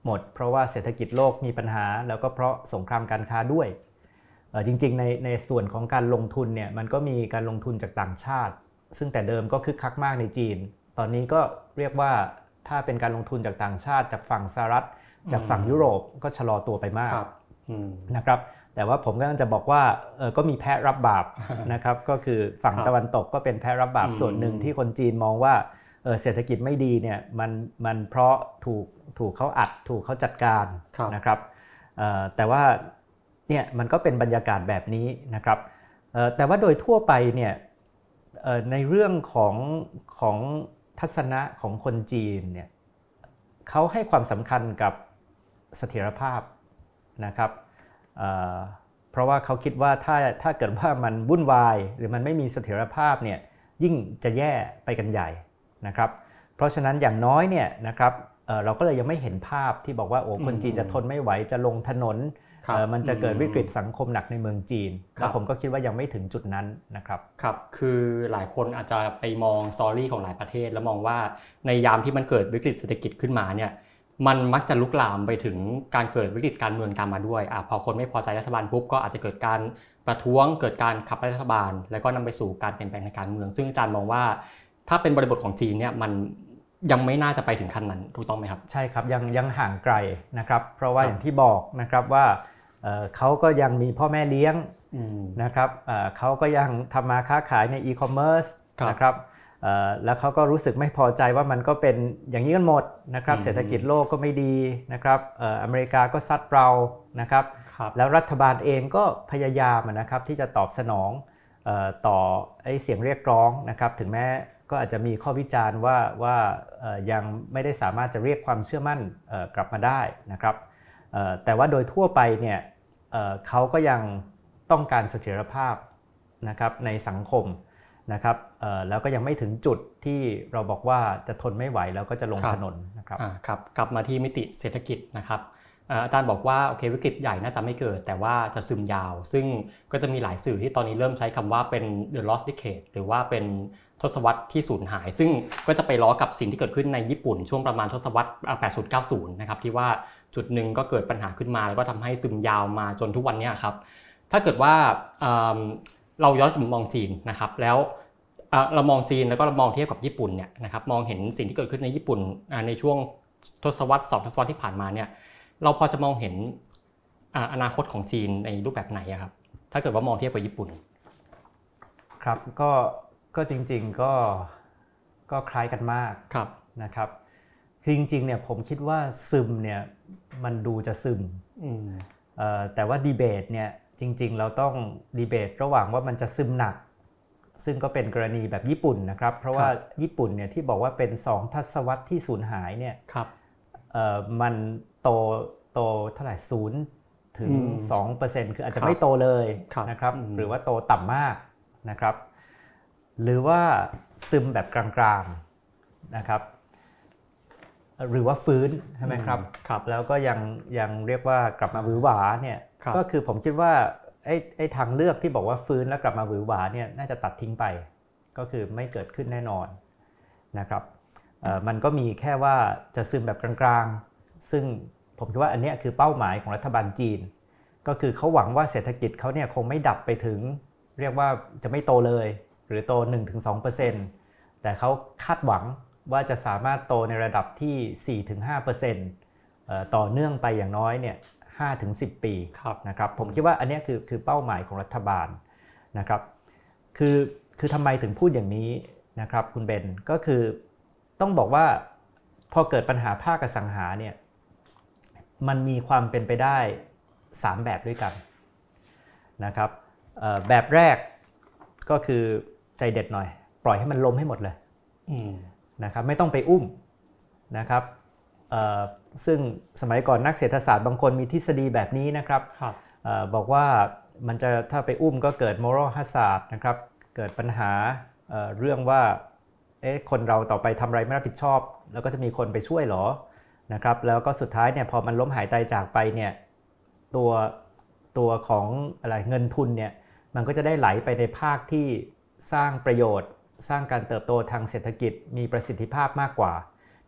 Speaker 2: หมดเพราะว่าเศรษฐกิจโลกมีปัญหาแล้วก็เพราะสงครามการค้าด้วยจริงๆในในส่วนของการลงทุนเนี่ยมันก็มีการลงทุนจากต่างชาติซึ่งแต่เดิมก็คึกคักมากในจีนตอนนี้ก็เรียกว่าถ้าเป็นการลงทุนจากต่างชาติจากฝั่งสหรัฐจากฝั่งยุโรปก็ชะลอตัวไปมากนะครับแต่ว่าผมก็จะบอกว่าเออก็มีแพ้รับบาป นะครับก็คือฝั่งตะวันตกก็เป็นแพ้รับบาปส่วนหนึ่งที่คนจีนมองว่าเออเศรษฐกิจไม่ดีเนี่ยมันมันเพราะถูกถูกเขาอัดถูกเขาจัดการนะครับเอ่อแต่ว่าเนี่ยมันก็เป็นบรรยากาศแบบนี้นะครับเอ่อแต่ว่าโดยทั่วไปเนี่ยเอ่อในเรื่องของของทัศนะของคนจีนเนี่ยเขาให้ความสำคัญกับเสถียรภาพนะครับเอ่อเพราะว่าเขาคิดว่าถ้าถ้าเกิดว่ามันวุ่นวายหรือมันไม่มีเสถียรภาพเนี่ยยิ่งจะแย่ไปกันใหญ่นะครับเพราะฉะนั้นอย่างน้อยเนี่ยนะครับเอ่อเราก็เลยยังไม่เห็นภาพที่บอกว่าโอ้คนจีนจะทนไม่ไหวจะลงถนนมันจะเกิดวิกฤตสังคมหนักในเมืองจีนแล้วผมก็คิดว่ายังไม่ถึงจุดนั้นนะครับ
Speaker 1: ครับคือหลายคนอาจจะไปมองสตอรี่ของหลายประเทศแล้วมองว่าในยามที่มันเกิดวิกฤตเศรษฐกิจขึ้นมาเนี่ยมันมักจะลุกลามไปถึงการเกิดวิกฤตการเมืองตามมาด้วยอ่ะพอคนไม่พอใจรัฐบาลปุ๊บก็อาจจะเกิดการประท้วงเกิดการขับไล่รัฐบาลแล้วก็นำไปสู่การเปลี่ยนแปลงในการเมืองซึ่งอาจารย์มองว่าถ้าเป็นบริบทของจีนเนี่ยมันยังไม่น่าจะไปถึงขั้นนั้นถูกต้องไหมครับ
Speaker 2: ใช่ครับยังยังห่างไกลนะครับเพราะว่าอย่างที่บอกนะครับว่าเอ่อเขาก็ยังมีพ่อแม่เลี้ยงนะครับเอ่อเขาก็ยังทำมาค้าขายในอีคอมเมิร์ซนะครับเอ่อแล้วเขาก็รู้สึกไม่พอใจว่ามันก็เป็นอย่างนี้กันหมดนะครับเศรษฐกิจโลกก็ไม่ดีนะครับเอ่ออเมริกาก็ซัดเรานะครับแล้วรัฐบาลเองก็พยายามนะครับที่จะตอบสนองเอ่อต่อไอ้เสียงเรียกร้องนะครับถึงแม้ก็อาจจะมีข้อวิจารณ์ว่าว่ายังไม่ได้สามารถจะเรียกความเชื่อมั่นกลับมาได้นะครับแต่ว่าโดยทั่วไปเนี่ยเขาก็ยังต้องการเสถียรภาพนะครับในสังคมนะครับแล้วก็ยังไม่ถึงจุดที่เราบอกว่าจะทนไม่ไหวแล้วก็จะลงถนนนะครับ
Speaker 1: ครับกลับมาที่มิติเศรษฐกิจนะครับอาจารย์บอกว่าโอเควิกฤตใหญ่น่าจะไม่เกิดแต่ว่าจะซึมยาวซึ่งก็จะมีหลายสื่อที่ตอนนี้เริ่มใช้คำว่าเป็น the lost decade หรือว่าเป็นทศวรรษที่สูญหายซึ่งก็จะไปล้อกับสิ่งที่เกิดขึ้นในญี่ปุ่นช่วงประมาณทศวรรษแปดสิบ เก้าสิบนะครับที่ว่าจุดหนึ่งก็เกิดปัญหาขึ้นมาแล้วก็ทำให้ซึมยาวมาจนทุกวันนี้ครับถ้าเกิดว่าเราย้อนมองจีนนะครับแล้วเรามองจีนแล้วก็เรามองเทียบกับญี่ปุ่นเนี่ยนะครับมองเห็นสิ่งที่เกิดขึ้นในญี่ปุ่นในช่วงทศวรรษสองทศวรรษที่ผ่านมาเนี่ยเราพอจะมองเห็นอนาคตของจีนในรูปแบบไหนครับถ้าเกิดว่ามองเทียบกับญี่ปุ่น
Speaker 2: ครับก็ก็จริงๆก็ก็คล้ายกันมากนะครับคือจริงๆเนี่ยผมคิดว่าซึมเนี่ยมันดูจะซึมแต่ว่าดีเบตเนี่ยจริงๆเราต้องดีเบตระหว่างว่ามันจะซึมหนักซึ่งก็เป็นกรณีแบบญี่ปุ่นนะครับเพราะว่าญี่ปุ่นเนี่ยที่บอกว่าเป็นสองทศวรรษที่สูญหายเนี่ยมันโตโตเท่าไหร่ศูนย์ถึง สองเปอร์เซ็นต์ คืออาจจะไม่โตเลยนะครับหรือว่าโตต่ำมากนะครับหรือว่าซึมแบบกลางๆนะครับหรือว่าฟื้นใช่ไหมครับแล้วก็ยังยังเรียกว่ากลับมาหวือหวาเนี่ยก็คือผมคิดว่าไอ้ไอ้ทางเลือกที่บอกว่าฟื้นแล้วกลับมาหวือหวาเนี่ยน่าจะตัดทิ้งไปก็คือไม่เกิดขึ้นแน่นอนนะครับมันก็มีแค่ว่าจะซึมแบบกลางๆซึ่งผมคิดว่าอันนี้คือเป้าหมายของรัฐบาลจีนก็คือเขาหวังว่าเศรษฐกิจเขาเนี่ยคงไม่ดับไปถึงเรียกว่าจะไม่โตเลยหรือโต หนึ่งถึงสองเปอร์เซ็นต์ แต่เขาคาดหวังว่าจะสามารถโตในระดับที่ สี่ถึงห้าเปอร์เซ็นต์ ต่อเนื่องไปอย่างน้อยเนี่ย ห้าถึงสิบ ปีนะครับผมคิดว่าอันนี้คือคือเป้าหมายของรัฐบาลนะครับคือคือทำไมถึงพูดอย่างนี้นะครับคุณเบนก็คือต้องบอกว่าพอเกิดปัญหาภาคอสังหาเนี่ยมันมีความเป็นไปได้สามแบบด้วยกันนะครับแบบแรกก็คือใจเด็ดหน่อยปล่อยให้มันล้มให้หมดเลยนะครับไม่ต้องไปอุ้มนะครับซึ่งสมัยก่อนนักเศรษฐศาสตร์บางคนมีทฤษฎีแบบนี้นะครับบอกว่ามันจะถ้าไปอุ้มก็เกิด moral hazard นะครับเกิดปัญหา เ, เรื่องว่าเอ๊ะคนเราต่อไปทำอะไรไม่รับผิดชอบแล้วก็จะมีคนไปช่วยหรอนะครับแล้วก็สุดท้ายเนี่ยพอมันล้มหายตายจากไปเนี่ยตัวตัวของอะไรเงินทุนเนี่ยมันก็จะได้ไหลไปในภาคที่สร้างประโยชน์สร้างการเติบโตทางเศรษฐกิจมีประสิทธิภาพมากกว่าแ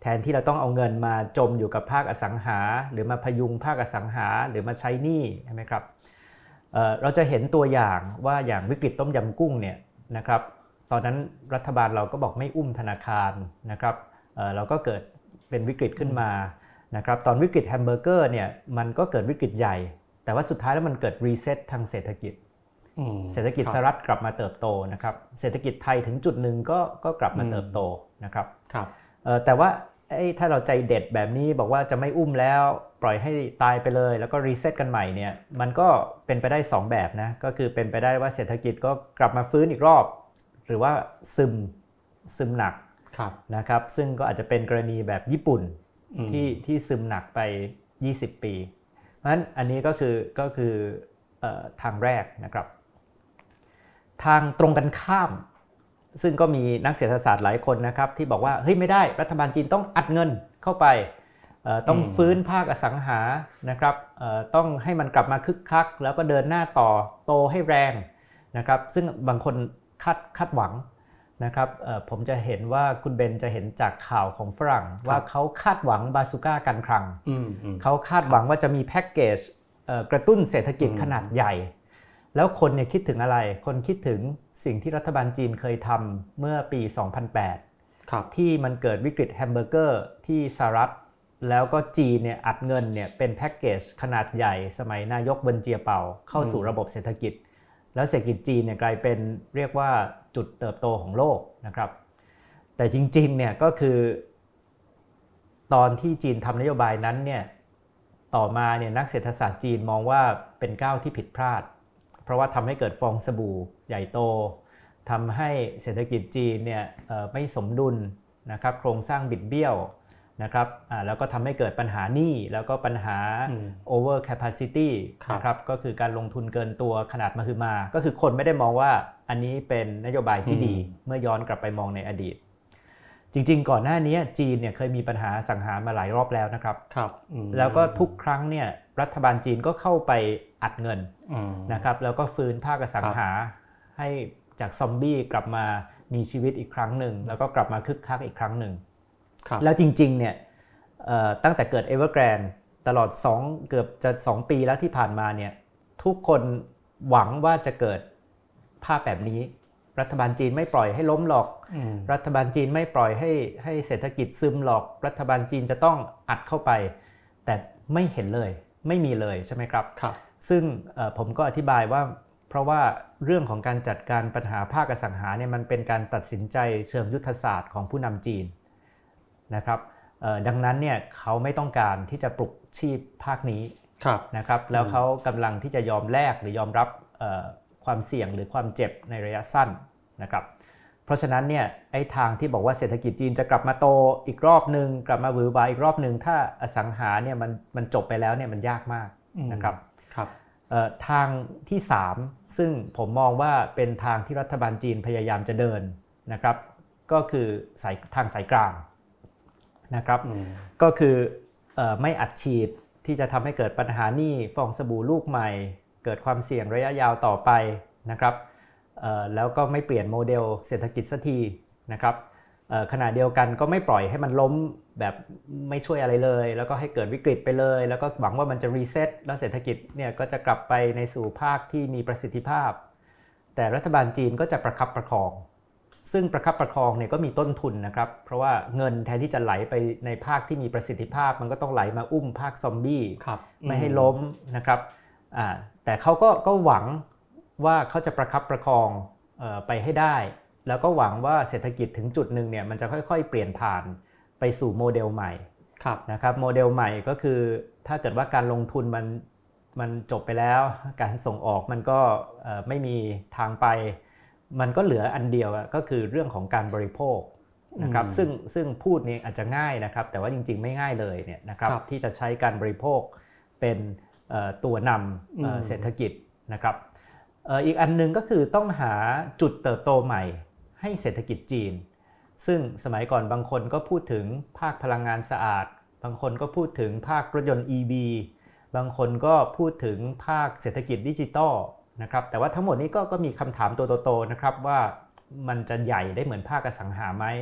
Speaker 2: แทนที่เราต้องเอาเงินมาจมอยู่กับภาคอสังหาหรือมาพยุงภาคอสังหาหรือมาใช้หนี้ใช่ไหมครับ เอ่อ เราจะเห็นตัวอย่างว่าอย่างวิกฤตต้มยำกุ้งเนี่ยนะครับตอนนั้นรัฐบาลเราก็บอกไม่อุ้มธนาคารนะครับเอ่อเราก็เกิดเป็นวิกฤตขึ้นมานะครับตอนวิกฤตแฮมเบอร์เกอร์เนี่ยมันก็เกิดวิกฤตใหญ่แต่ว่าสุดท้ายแล้วมันเกิดรีเซ็ตทางเศรษฐกิจเศรษฐกิจสหรัฐกลับมาเติบโตนะครับเศรษฐกิจไทยถึงจุดหนึ่งก็ก็กลับมาเติบโตนะครับแต่ว่าถ้าเราใจเด็ดแบบนี้บอกว่าจะไม่อุ้มแล้วปล่อยให้ตายไปเลยแล้วก็รีเซ็ตกันใหม่เนี่ยมันก็เป็นไปได้สองแบบนะก็คือเป็นไปได้ว่าเศรษฐกิจก็กลับมาฟื้นอีกรอบหรือว่าซึมซึมหนักนะครับซึ่งก็อาจจะเป็นกรณีแบบญี่ปุ่นที่ที่ซึมหนักไปยี่สิบปีเพราะฉะนั้นอันนี้ก็คือก็คือเอ่อทางแรกนะครับทางตรงกันข้ามซึ่งก็มีนักเศรษฐศาสตร์หลายคนนะครับที่บอกว่าเฮ้ยไม่ได้รัฐบาลจีนต้องอัดเงินเข้าไปต้องฟื้นภาคอสังหานะครับต้องให้มันกลับมาคึกคักแล้วก็เดินหน้าต่อโตให้แรงนะครับซึ่งบางคนคาดคาดหวังนะครับผมจะเห็นว่าคุณเบนจะเห็นจากข่าวของฝรั่งว่าเขาคาดหวังบาซูก้าการคลังเขาคาดหวังว่าจะมีแพ็กเกจกระตุ้นเศรษฐกิจขนาดใหญ่แล้วคนเนี่ยคิดถึงอะไรคนคิดถึงสิ่งที่รัฐบาลจีนเคยทำเมื่อปีสองพันแปดที่มันเกิดวิกฤตแฮมเบอร์เกอร์ที่สหรัฐแล้วก็จีนเนี่ยอัดเงินเนี่ยเป็นแพ็กเกจขนาดใหญ่สมัยนายกเวินเจียเปาเข้าสู่ระบบเศรษฐกิจแล้วเศรษฐกิจจีนเนี่ยกลายเป็นเรียกว่าจุดเติบโตของโลกนะครับแต่จริงๆเนี่ยก็คือตอนที่จีนทำนโยบายนั้นเนี่ยต่อมาเนี่ยนักเศรษฐศาสตร์จีนมองว่าเป็นก้าวที่ผิดพลาดเพราะว่าทำให้เกิดฟองสบู่ใหญ่โตทำให้เศรษฐกิจจีนเนี่ยไม่สมดุลนะครับโครงสร้างบิดเบี้ยวนะครับแล้วก็ทำให้เกิดปัญหาหนี้แล้วก็ปัญหา over capacity นะครับก็คือการลงทุนเกินตัวขนาดมหึมาก็คือคนไม่ได้มองว่าอันนี้เป็นนโยบายที่ดีเมื่อย้อนกลับไปมองในอดีตจริงๆก่อนหน้านี้จีนเนี่ยเคยมีปัญหาสังหารมาหลายรอบแล้วนะครับแล้วก็ทุกครั้งเนี่ยรัฐบาลจีนก็เข้าไปอัดเงินนะครับแล้วก็ฟื้นภาคอสังหาให้จากซอมบี้กลับมามีชีวิตอีกครั้งหนึ่งแล้วก็กลับมาคึกคักอีกครั้งหนึ่งแล้วจริงๆเนี่ยตั้งแต่เกิด Evergrande ตลอดสองเกือบจะสองปีแล้วที่ผ่านมาเนี่ยทุกคนหวังว่าจะเกิดภาพแบบนี้รัฐบาลจีนไม่ปล่อยให้ล้มหรอกรัฐบาลจีนไม่ปล่อยให้ให้เศรษฐกิจซึมหรอกรัฐบาลจีนจะต้องอัดเข้าไปแต่ไม่เห็นเลยไม่มีเลยใช่ไหมครับครับซึ่งผมก็อธิบายว่าเพราะว่าเรื่องของการจัดการปัญหาภาคอสังหาเนี่ยมันเป็นการตัดสินใจเชิงยุทธศาสตร์ของผู้นำจีนนะครับดังนั้นเนี่ยเขาไม่ต้องการที่จะปลุกชีพภาคนี้นะครับแล้วเขากำลังที่จะยอมแลกหรือยอมรับความเสี่ยงหรือความเจ็บในระยะสั้นนะครับเพราะฉะนั้นเนี่ยไอ้ทางที่บอกว่าเศรษฐกิจจีนจะกลับมาโตอีกรอบนึงกลับมาหวือหวาอีกรอบนึงถ้าอสังหาเนี่ยมันมันจบไปแล้วเนี่ยมันยากมากนะครับครับทางที่สามซึ่งผมมองว่าเป็นทางที่รัฐบาลจีนพยายามจะเดินนะครับก็คือสายทางสายกลางนะครับก็คือไม่อัดฉีดที่จะทำให้เกิดปัญหาหนี้ฟองสบู่ลูกใหม่เกิดความเสี่ยงระยะยาวต่อไปนะครับแล้วก็ไม่เปลี่ยนโมเดลเศรษฐกิจสักทีนะครับขณะเดียวกันก็ไม่ปล่อยให้มันล้มแบบไม่ช่วยอะไรเลยแล้วก็ให้เกิดวิกฤตไปเลยแล้วก็หวังว่ามันจะรีเซ็ตแล้วเศรษฐกิจเนี่ยก็จะกลับไปในสู่ภาคที่มีประสิทธิภาพแต่รัฐบาลจีนก็จะประคับประคองซึ่งประคับประคองเนี่ยก็มีต้นทุนนะครับเพราะว่าเงินแทนที่จะไหลไปในภาคที่มีประสิทธิภาพมันก็ต้องไหลมาอุ้มภาคซอมบี้ไม่ให้ล้มนะครับแต่เขาก็ก็หวังว่าเขาจะประคับประคองเอ่อไปให้ได้แล้วก็หวังว่าเศรษฐกิจถึงจุดหนึ่งเนี่ยมันจะค่อยๆเปลี่ยนผ่านไปสู่โมเดลใหม่นะครับโมเดลใหม่ก็คือถ้าเกิดว่าการลงทุนมันมันจบไปแล้วการส่งออกมันก็ไม่มีทางไปมันก็เหลืออันเดียวก็คือเรื่องของการบริโภคนะครับซึ่งซึ่งพูดนี้อาจจะง่ายนะครับแต่ว่าจริงๆไม่ง่ายเลยเนี่ยนะครับที่จะใช้การบริโภคเป็นตัวนำเศรษฐกิจนะครับอีกอันนึงก็คือต้องหาจุดเติบโตใหม่ให้เศรษฐกิจจีนซึ่งสมัยก่อนบางคนก็พูดถึงภาคพลังงานสะอาดบางคนก็พูดถึงภาครถยนต์ อี วี บางคนก็พูดถึงภาคเศรษฐกิจดิจิทัลนะครับแต่ว่าทั้งหมดนี้ก็ก็มีคำถามตัวโตๆนะครับว่ามันจะใหญ่ได้เหมือนภาคอสังหาไหม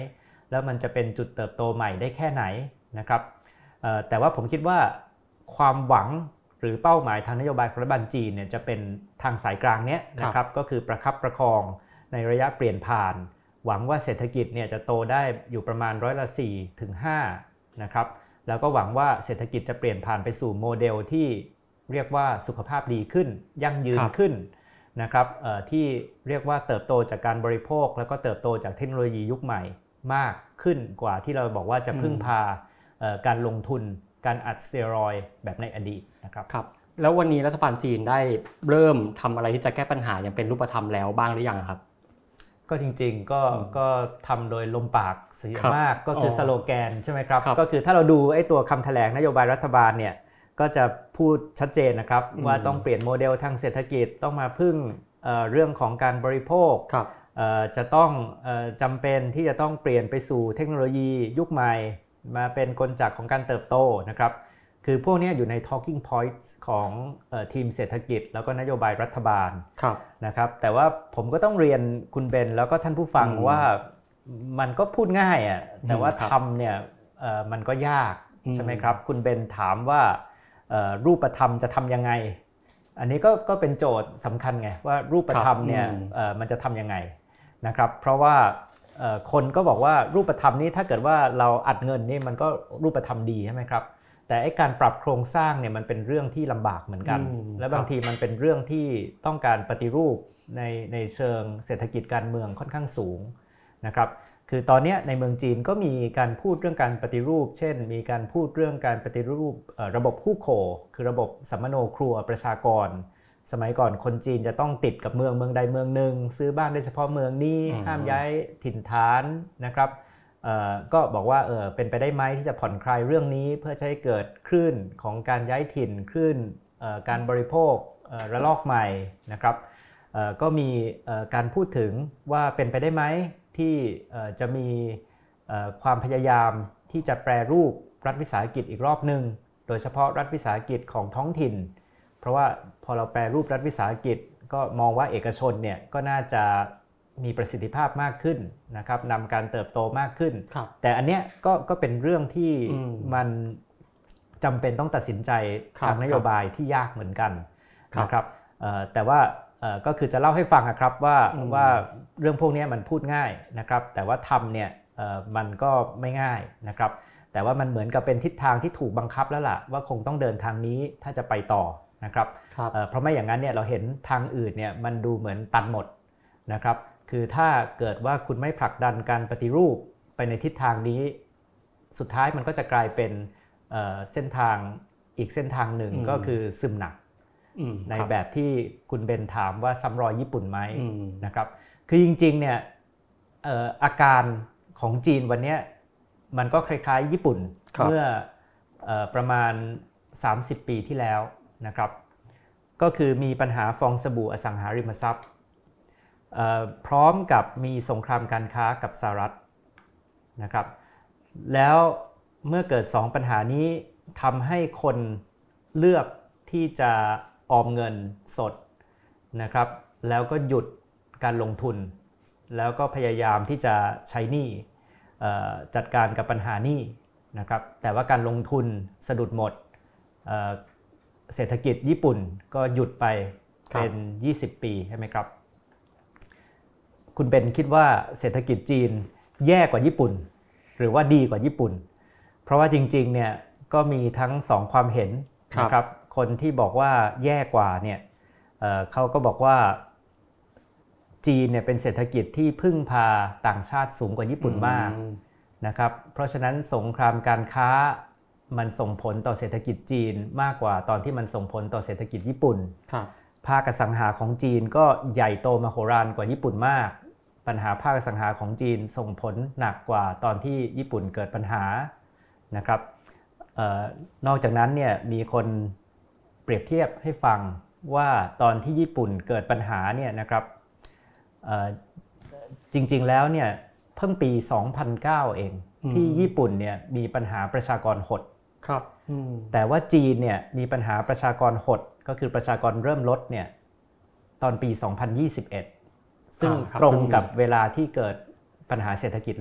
Speaker 2: แล้วมันจะเป็นจุดเติบโตใหม่ได้แค่ไหนนะครับแต่ว่าผมคิดว่าความหวังหรือเป้าหมายทางนโยบายของรัฐบาลจีนเนี่ยจะเป็นทางสายกลางเนี้ยนะครับก็คือประคับประคองในระยะเปลี่ยนผ่านหวังว่าเศรษฐกิจเนี่ยจะโตได้อยู่ประมาณร้อยละสี่ถึงห้านะครับแล้วก็หวังว่าเศรษฐกิจจะเปลี่ยนผ่านไปสู่โมเดลที่เรียกว่าสุขภาพดีขึ้นยั่งยืนขึ้นนะครับที่เรียกว่าเติบโตจากการบริโภคแล้วก็เติบโตจากเทคโนโลยียุคใหม่มากขึ้นกว่าที่เราบอกว่าจะพึ่งพาการลงทุนการอัดสเตียรอยด์แบบในอดีตนะครับ
Speaker 1: ครับแล้ววันนี้รัฐบาลจีนได้เริ่มทำอะไรที่จะแก้ปัญหาอย่างเป็นรูปธรรมแล้วบ้างหรือยังครับ
Speaker 2: ก็จริงๆก็ก็ทำโดยลมปากเสียมากก็คือสโลแกนใช่ไหมครับก็คือถ้าเราดูไอ้ตัวคำแถลงนโยบายรัฐบาลเนี่ยก็จะพูดชัดเจนนะครับว่าต้องเปลี่ยนโมเดลทางเศรษฐกิจต้องมาพึ่ง เอ่อ เรื่องของการบริโภคจะต้องจำเป็นที่จะต้องเปลี่ยนไปสู่เทคโนโลยียุคใหม่มาเป็นกลจักรของการเติบโตนะครับคือพวกนี้อยู่ใน talking points ของเอ่อทีมเศรษฐกิจแล้วก็นโยบายรัฐบาลนะครับแต่ว่าผมก็ต้องเรียนคุณเบนแล้วก็ท่านผู้ฟังว่ามันก็พูดง่ายอ่ะแต่ว่าทำเนี่ยเอ่อมันก็ยากใช่ไหมครับคุณเบนถามว่าเอ่อรูปธรรมจะทำยังไงอันนี้ก็ก็เป็นโจทย์สำคัญไงว่ารูปธรรมเนี่ยเอ่อมันจะทำยังไงนะครับเพราะว่าคนก็บอกว่ารูปธรรมนี้ถ้าเกิดว่าเราอัดเงินนี่มันก็รูปธรรมดีใช่ไหมครับแต่ไอ้การปรับโครงสร้างเนี่ยมันเป็นเรื่องที่ลำบากเหมือนกันและบางทีมันเป็นเรื่องที่ต้องการปฏิรูปในในเชิงเศรษฐกิจการเมืองค่อนข้างสูงนะครับคือตอนนี้ในเมืองจีนก็มีการพูดเรื่องการปฏิรูปเช่นมีการพูดเรื่องการปฏิรูประบบฮู่โคคือระบบสัมมโนครัวประชากรสมัยก่อนคนจีนจะต้องติดกับเมืองเมืองใดเมืองหนึ่งซื้อบ้านได้เฉพาะเมืองนี้ห้ามย้ายถิ่นฐานนะครับก็บอกว่าเออเป็นไปได้ไหมที่จะผ่อนคลายเรื่องนี้เพื่อให้เกิดคลื่นของการย้ายถิ่นคลื่นการบริโภคระลอกใหม่นะครับก็มีการพูดถึงว่าเป็นไปได้ไหมที่จะมีความพยายามที่จะแปรรูปรัฐวิสาหกิจอีกรอบหนึ่งโดยเฉพาะรัฐวิสาหกิจของท้องถิ่นเพราะว่าพอเราแปรรูปรัฐวิสาหกิจก็มองว่าเอกชนเนี่ยก็น่าจะมีประสิทธิภาพมากขึ้นนะครับนำการเติบโตมากขึ้นแต่อันเนี้ยก็ก็เป็นเรื่องที่มันจำเป็นต้องตัดสินใจทางนโยบายที่ยากเหมือนกันนะครับแต่ว่าก็คือจะเล่าให้ฟังนะครับว่าว่าเรื่องพวกนี้มันพูดง่ายนะครับแต่ว่าทำเนี่ยมันก็ไม่ง่ายนะครับแต่ว่ามันเหมือนกับเป็นทิศทางที่ถูกบังคับแล้วล่ะว่าคงต้องเดินทางนี้ถ้าจะไปต่อนะครับเพราะไม่อย่างนั้นเนี่ยเราเห็นทางอื่นเนี่ยมันดูเหมือนตันหมดนะครับคือถ้าเกิดว่าคุณไม่ผลักดันการปฏิรูปไปในทิศทางนี้สุดท้ายมันก็จะกลายเป็นเส้นทางอีกเส้นทางหนึ่งก็คือซึมหนักในแบบที่คุณเบนถามว่าซ้ำรอยญี่ปุ่นไหมนะครับคือจริงๆเนี่ยอาการของจีนวันนี้มันก็คล้ายๆญี่ปุ่นเมื่อประมาณสามสิบปีที่แล้วนะครับก็คือมีปัญหาฟองสบู่อสังหาริมทรัพย์พร้อมกับมีสงครามการค้ากับสหรัฐนะครับแล้วเมื่อเกิดสองปัญหานี้ทำให้คนเลือกที่จะออมเงินสดนะครับแล้วก็หยุดการลงทุนแล้วก็พยายามที่จะใช้หนี้จัดการกับปัญหาหนี้นะครับแต่ว่าการลงทุนสะดุดหมดเศรษฐกิจญี่ปุ่นก็หยุดไปเป็นยี่สิบปีใช่ไหมครับคุณเบนคิดว่าเศรษฐกิจจีนแย่กว่าญี่ปุ่นหรือว่าดีกว่าญี่ปุ่นเพราะว่าจริงๆเนี่ยก็มีทั้งสองความเห็นนะครับคนที่บอกว่าแย่กว่าเนี่ย เอ่อ เขาก็บอกว่าจีนเนี่ยเป็นเศรษฐกิจที่พึ่งพาต่างชาติสูงกว่าญี่ปุ่นมากนะครับเพราะฉะนั้นสงครามการค้ามันส่งผลต่อเศรษฐกิจจีนมากกว่าตอนที่มันส่งผลต่อเศรษฐกิจญี่ปุ่นภาคอสังหาของจีนก็ใหญ่โตมโหฬารกว่าญี่ปุ่นมากปัญหาภาคอสังหาของจีนส่งผลหนักกว่าตอนที่ญี่ปุ่นเกิดปัญหานะครับเอ่อนอกจากนั้นเนี่ยมีคนเปรียบเทียบให้ฟังว่าตอนที่ญี่ปุ่นเกิดปัญหาเนี่ยนะครับเอ่อจริงๆแล้วเนี่ยเพิ่งปีสองพันเก้าเองที่ญี่ปุ่นเนี่ยมีปัญหาประชากรหด
Speaker 1: ครับ
Speaker 2: แต่ว่าจีนเนี่ยมีปัญหาประชากรหดก็คือประชากรเริ่มลดเนี่ยตอนปีสองพันยี่สิบเอ็ดซึ่งตรงกับเวลาที่เกิดปัญหาเศรษฐกิจเลย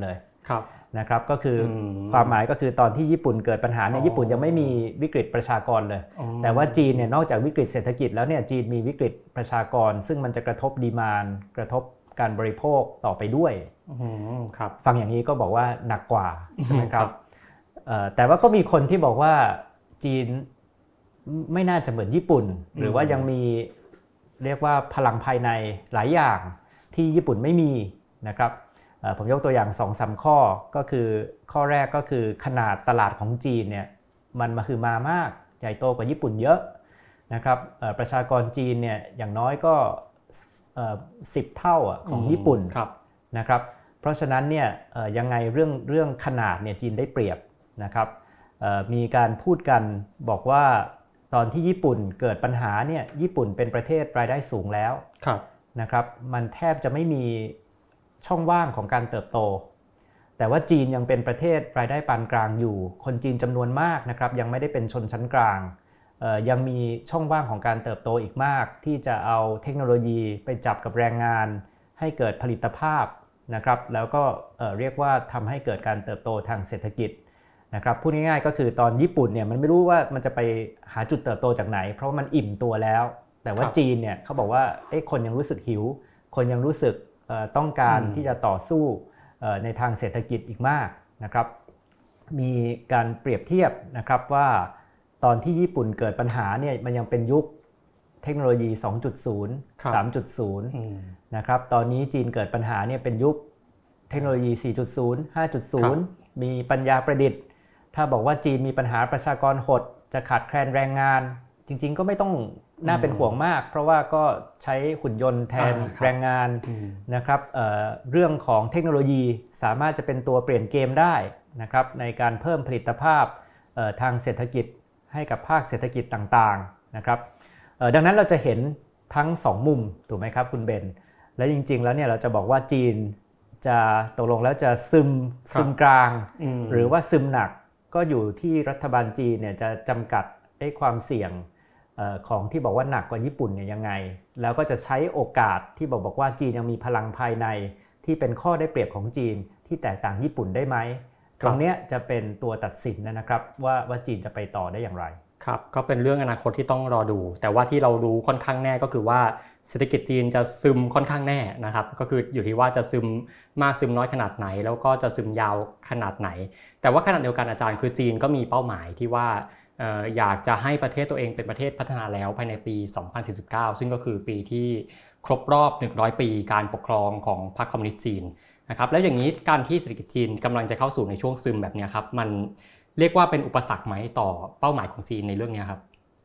Speaker 2: นะครับก็คือความหมายก็คือตอนที่ญี่ปุ่นเกิดปัญหาเนี่ยญี่ปุ่นยังไม่มีวิกฤตประชากรเลยแต่ว่าจีนเนี่ยนอกจากวิกฤตเศรษฐกิจแล้วเนี่ยจีนมีวิกฤตประชากรซึ่งมันจะกระทบดีมานด์กระทบการบริโภคต่อไปด้วยฟังอย่างนี้ก็บอกว่าหนักกว่าใช่ไหมครับแต่ว่าก็มีคนที่บอกว่าจีนไม่น่าจะเหมือนญี่ปุ่นหรือว่ายังมีเรียกว่าพลังภายในหลายอย่างที่ญี่ปุ่นไม่มีนะครับผมยกตัวอย่าง สองสาม ข้อก็คือข้อแรกก็คือขนาดตลาดของจีนเนี่ยมันมหึมามากใหญ่โตกว่าญี่ปุ่นเยอะนะครับประชากรจีนเนี่ยอย่างน้อยก็สิบเท่าของญี่ปุ่นนะครับเพราะฉะนั้นเนี่ยยังไงเรื่องเรื่องขนาดเนี่ยจีนได้เปรียบนะครับมีการพูดกันบอกว่าตอนที่ญี่ปุ่นเกิดปัญหาเนี่ยญี่ปุ่นเป็นประเทศรายได้สูงแล้วนะครับมันแทบจะไม่มีช่องว่างของการเติบโตแต่ว่าจีนยังเป็นประเทศรายได้ปานกลางอยู่คนจีนจำนวนมากนะครับยังไม่ได้เป็นชนชั้นกลางยังมีช่องว่างของการเติบโตอีกมากที่จะเอาเทคโนโลยีไปจับกับแรงงานให้เกิดผลิตภาพนะครับแล้วก็เรียกว่าทำให้เกิดการเติบโตทางเศรษฐกิจนะครับพูดง่ายๆก็คือตอนญี่ปุ่นเนี่ยมันไม่รู้ว่ามันจะไปหาจุดเติบโตจากไหนเพราะว่ามันอิ่มตัวแล้วแต่ว่าจีนเนี่ยเขาบอกว่าเอ๊ะคนยังรู้สึกหิวคนยังรู้สึกต้องการที่จะต่อสู้ในทางเศรษฐกิจอีกมากนะครับมีการเปรียบเทียบนะครับว่าตอนที่ญี่ปุ่นเกิดปัญหาเนี่ยมันยังเป็นยุคเทคโนโลยี สองจุดศูนย์ สามจุดศูนย์ นะครับตอนนี้จีนเกิดปัญหาเนี่ยเป็นยุคเทคโนโลยี สี่จุดศูนย์ ห้าจุดศูนย์ มีปัญญาประดิษฐ์ถ้าบอกว่าจีนมีปัญหาประชากรหดจะขาดแคลนแรงงานจริงๆก็ไม่ต้องน่าเป็นห่วงมากเพราะว่าก็ใช้หุ่นยนต์แทนแรงงานนะครับ เอ่อ เรื่องของเทคโนโลยีสามารถจะเป็นตัวเปลี่ยนเกมได้นะครับในการเพิ่มผลิตภาพทางเศรษฐกิจให้กับภาคเศรษฐกิจต่างๆนะครับดังนั้นเราจะเห็นทั้งสองมุมถูกไหมครับคุณเบนและจริงๆแล้วเนี่ยเราจะบอกว่าจีนจะตกลงแล้วจะซึมซึมกลางหรือว่าซึมหนักก็อยู่ที่รัฐบาลจีนเนี่ยจะจำกัดไอ้ความเสี่ยงของที่บอกว่าหนักกว่าญี่ปุ่นเนี่ยยังไงแล้วก็จะใช้โอกาสที่บอกบอกว่าจีนยังมีพลังภายในที่เป็นข้อได้เปรียบของจีนที่แตกต่างญี่ปุ่นได้ไหมตรงนี้จะเป็นตัวตัดสินนะครับว่าว่าจีนจะไปต่อได้อย่างไร
Speaker 1: ครับก็เป็นเรื่องอนาคตที่ต้องรอดูแต่ว่าที่เรารู้ค่อนข้างแน่ก็คือว่าเศรษฐกิจจีนจะซึมค่อนข้างแน่นะครับก็คืออยู่ที่ว่าจะซึมมากซึมน้อยขนาดไหนแล้วก็จะซึมยาวขนาดไหนแต่ว่าขณะเดียวกันอาจารย์คือจีนก็มีเป้าหมายที่ว่าอยากจะให้ประเทศตัวเองเป็นประเทศพัฒนาแล้วภายในปีสองพันสี่สิบเก้าซึ่งก็คือปีที่ครบรอบหนึ่งร้อยปีการปกครองของพรรคคอมมิวนิสต์จีนนะครับแล้วอย่างนี้การที่เศรษฐกิจจีนกำลังจะเข้าสู่ในช่วงซึมแบบนี้ครับมันเรียกว่าเป็นอุปสรรคไหมต่อเป้าหมายของจีนในเรื่องนี้ครับ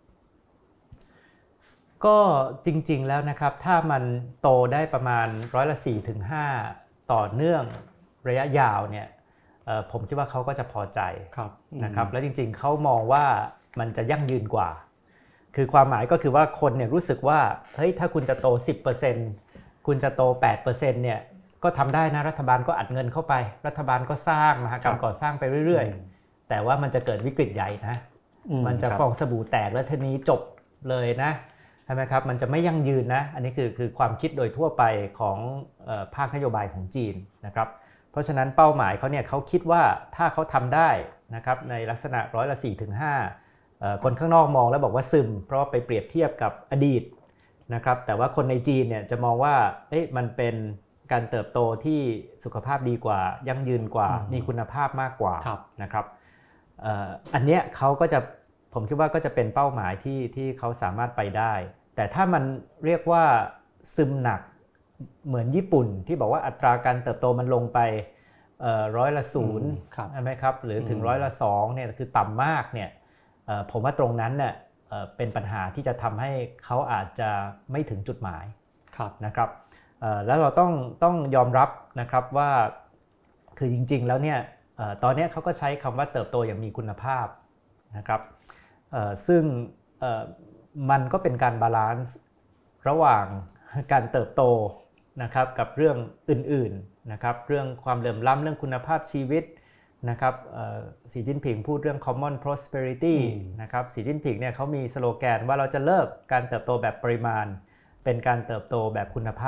Speaker 2: ก็จริงๆแล้วนะครับถ้ามันโตได้ประมาณร้อยละสี่ถึงห้าต่อเนื่องระยะยาวเนี่ยผมคิดว่าเขาก็จะพอใจนะครับแล้วจริงๆเขามองว่ามันจะยั่งยืนกว่าคือความหมายก็คือว่าคนเนี่ยรู้สึกว่าเฮ้ยถ้าคุณจะโต สิบเปอร์เซ็นต์ คุณจะโต แปดเปอร์เซ็นต์ เนี่ยก็ทำได้นะรัฐบาลก็อัดเงินเข้าไปรัฐบาลก็สร้างมหกรรมก่อสร้างไปเรื่อยๆแต่ว่ามันจะเกิดวิกฤตใหญ่นะมันจะฟองสบู่แตกแล้วทีนี้จบเลยนะใช่ไหมครับมันจะไม่ยั่งยืนนะอันนี้คือคือความคิดโดยทั่วไปของเอ่อภาคนโยบายของจีนนะครับเพราะฉะนั้นเป้าหมายเขาเนี่ยเขาคิดว่าถ้าเขาทำได้นะครับในลักษณะร้อยละสี่ถึงห้าคนข้างนอกมองแล้วบอกว่าซึมเพราะว่าไปเปรียบเทียบกับอดีตนะครับแต่ว่าคนในจีนเนี่ยจะมองว่าเอ๊ะมันเป็นการเติบโตที่สุขภาพดีกว่ายั่งยืนกว่ามีคุณภาพมากกว่านะครับอันเนี้ยเขาก็จะผมคิดว่าก็จะเป็นเป้าหมายที่ที่เขาสามารถไปได้แต่ถ้ามันเรียกว่าซึมหนักเหมือนญี่ปุ่นที่บอกว่าอัตราการเติบโตมันลงไปร้อยละศูนย์ใช่ไหมครับหรือถึงร้อยละสองเนี่ยคือต่ำมากเนี่ยผมว่าตรงนั้นเนี่ยเป็นปัญหาที่จะทำให้เขาอาจจะไม่ถึงจุดหมายนะครับแล้วเราต้องต้องยอมรับนะครับว่าคือจริงๆแล้วเนี่ยตอนนี้เขาก็ใช้คำว่าเติบโตอย่างมีคุณภาพนะครับซึ่งมันก็เป็นการบาลานซ์ระหว่างการเติบโตนะครับกับเรื่องอื่นๆนะครับเรื่องความเหลื่อมล้ำเรื่องคุณภาพชีวิตนะครับสีจิ้นผิงพูดเรื่อง common prosperity นะครับสีจิ้นผิงเนี่ยเขามีสโลแกนว่าเราจะเลิกการเติบโตแบบปริมาณเป็นการเติบโตแบบคุณภาพ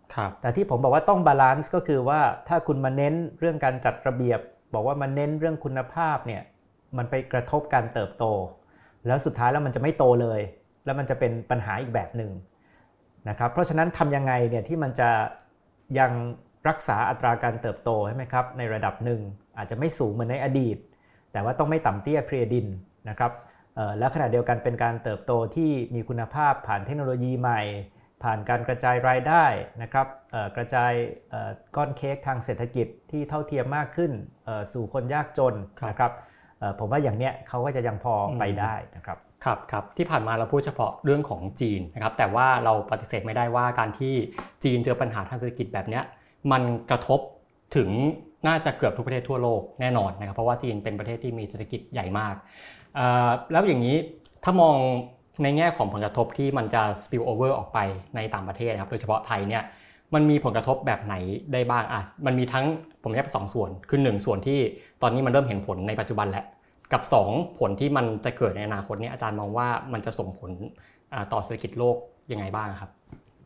Speaker 1: ครับ
Speaker 2: แต่ที่ผมบอกว่าต้องบาลานซ์ก็คือว่าถ้าคุณมาเน้นเรื่องการจัดระเบียบบอกว่ามาเน้นเรื่องคุณภาพเนี่ยมันไปกระทบการเติบโตแล้วสุดท้ายแล้วมันจะไม่โตเลยแล้วมันจะเป็นปัญหาอีกแบบหนึ่งนะครับเพราะฉะนั้นทำยังไงเนี่ยที่มันจะยังรักษาอัตราการเติบโตใช่ไหมครับในระดับหนึ่งอาจจะไม่สูงเหมือนในอดีตแต่ว่าต้องไม่ต่ำเตี้ยเพรียดินนะครับแล้วขณะเดียวกันเป็นการเติบโตที่มีคุณภาพผ่านเทคโนโลยีใหม่ผ่านการกระจายรายได้นะครับกระจายก้อนเค้กทางเศรษฐกิจที่เท่าเทียมมากขึ้นสู่คนยากจนนะครับผมว่าอย่างเนี้ยเขาก็จะยังพอไปได้นะครับ
Speaker 1: ครับครับที่ผ่านมาเราพูดเฉพาะเรื่องของจีนนะครับแต่ว่าเราปฏิเสธไม่ได้ว่าการที่จีนเจอปัญหาทางเศรษฐกิจแบบนี้มันกระทบถึงน่าจะเกือบทุกประเทศทั่วโลกแน่นอนนะครับเพราะว่าจีนเป็นประเทศที่มีเศรษฐกิจใหญ่มากแล้วอย่างนี้ถ้ามองในแง่ของผลกระทบที่มันจะ spill over ออกไปในต่างประเทศนะครับโดยเฉพาะไทยเนี่ยมันมีผลกระทบแบบไหนได้บ้างอ่ะมันมีทั้งผมแยกเป็นสองส่วนคือหนึ่งส่วนที่ตอนนี้มันเริ่มเห็นผลในปัจจุบันแล้วกับสองผลที่มันจะเกิดในอนาคตนี้อาจารย์มองว่ามันจะส่งผลต่อเศรษฐกิจโลกยังไงบ้างครับ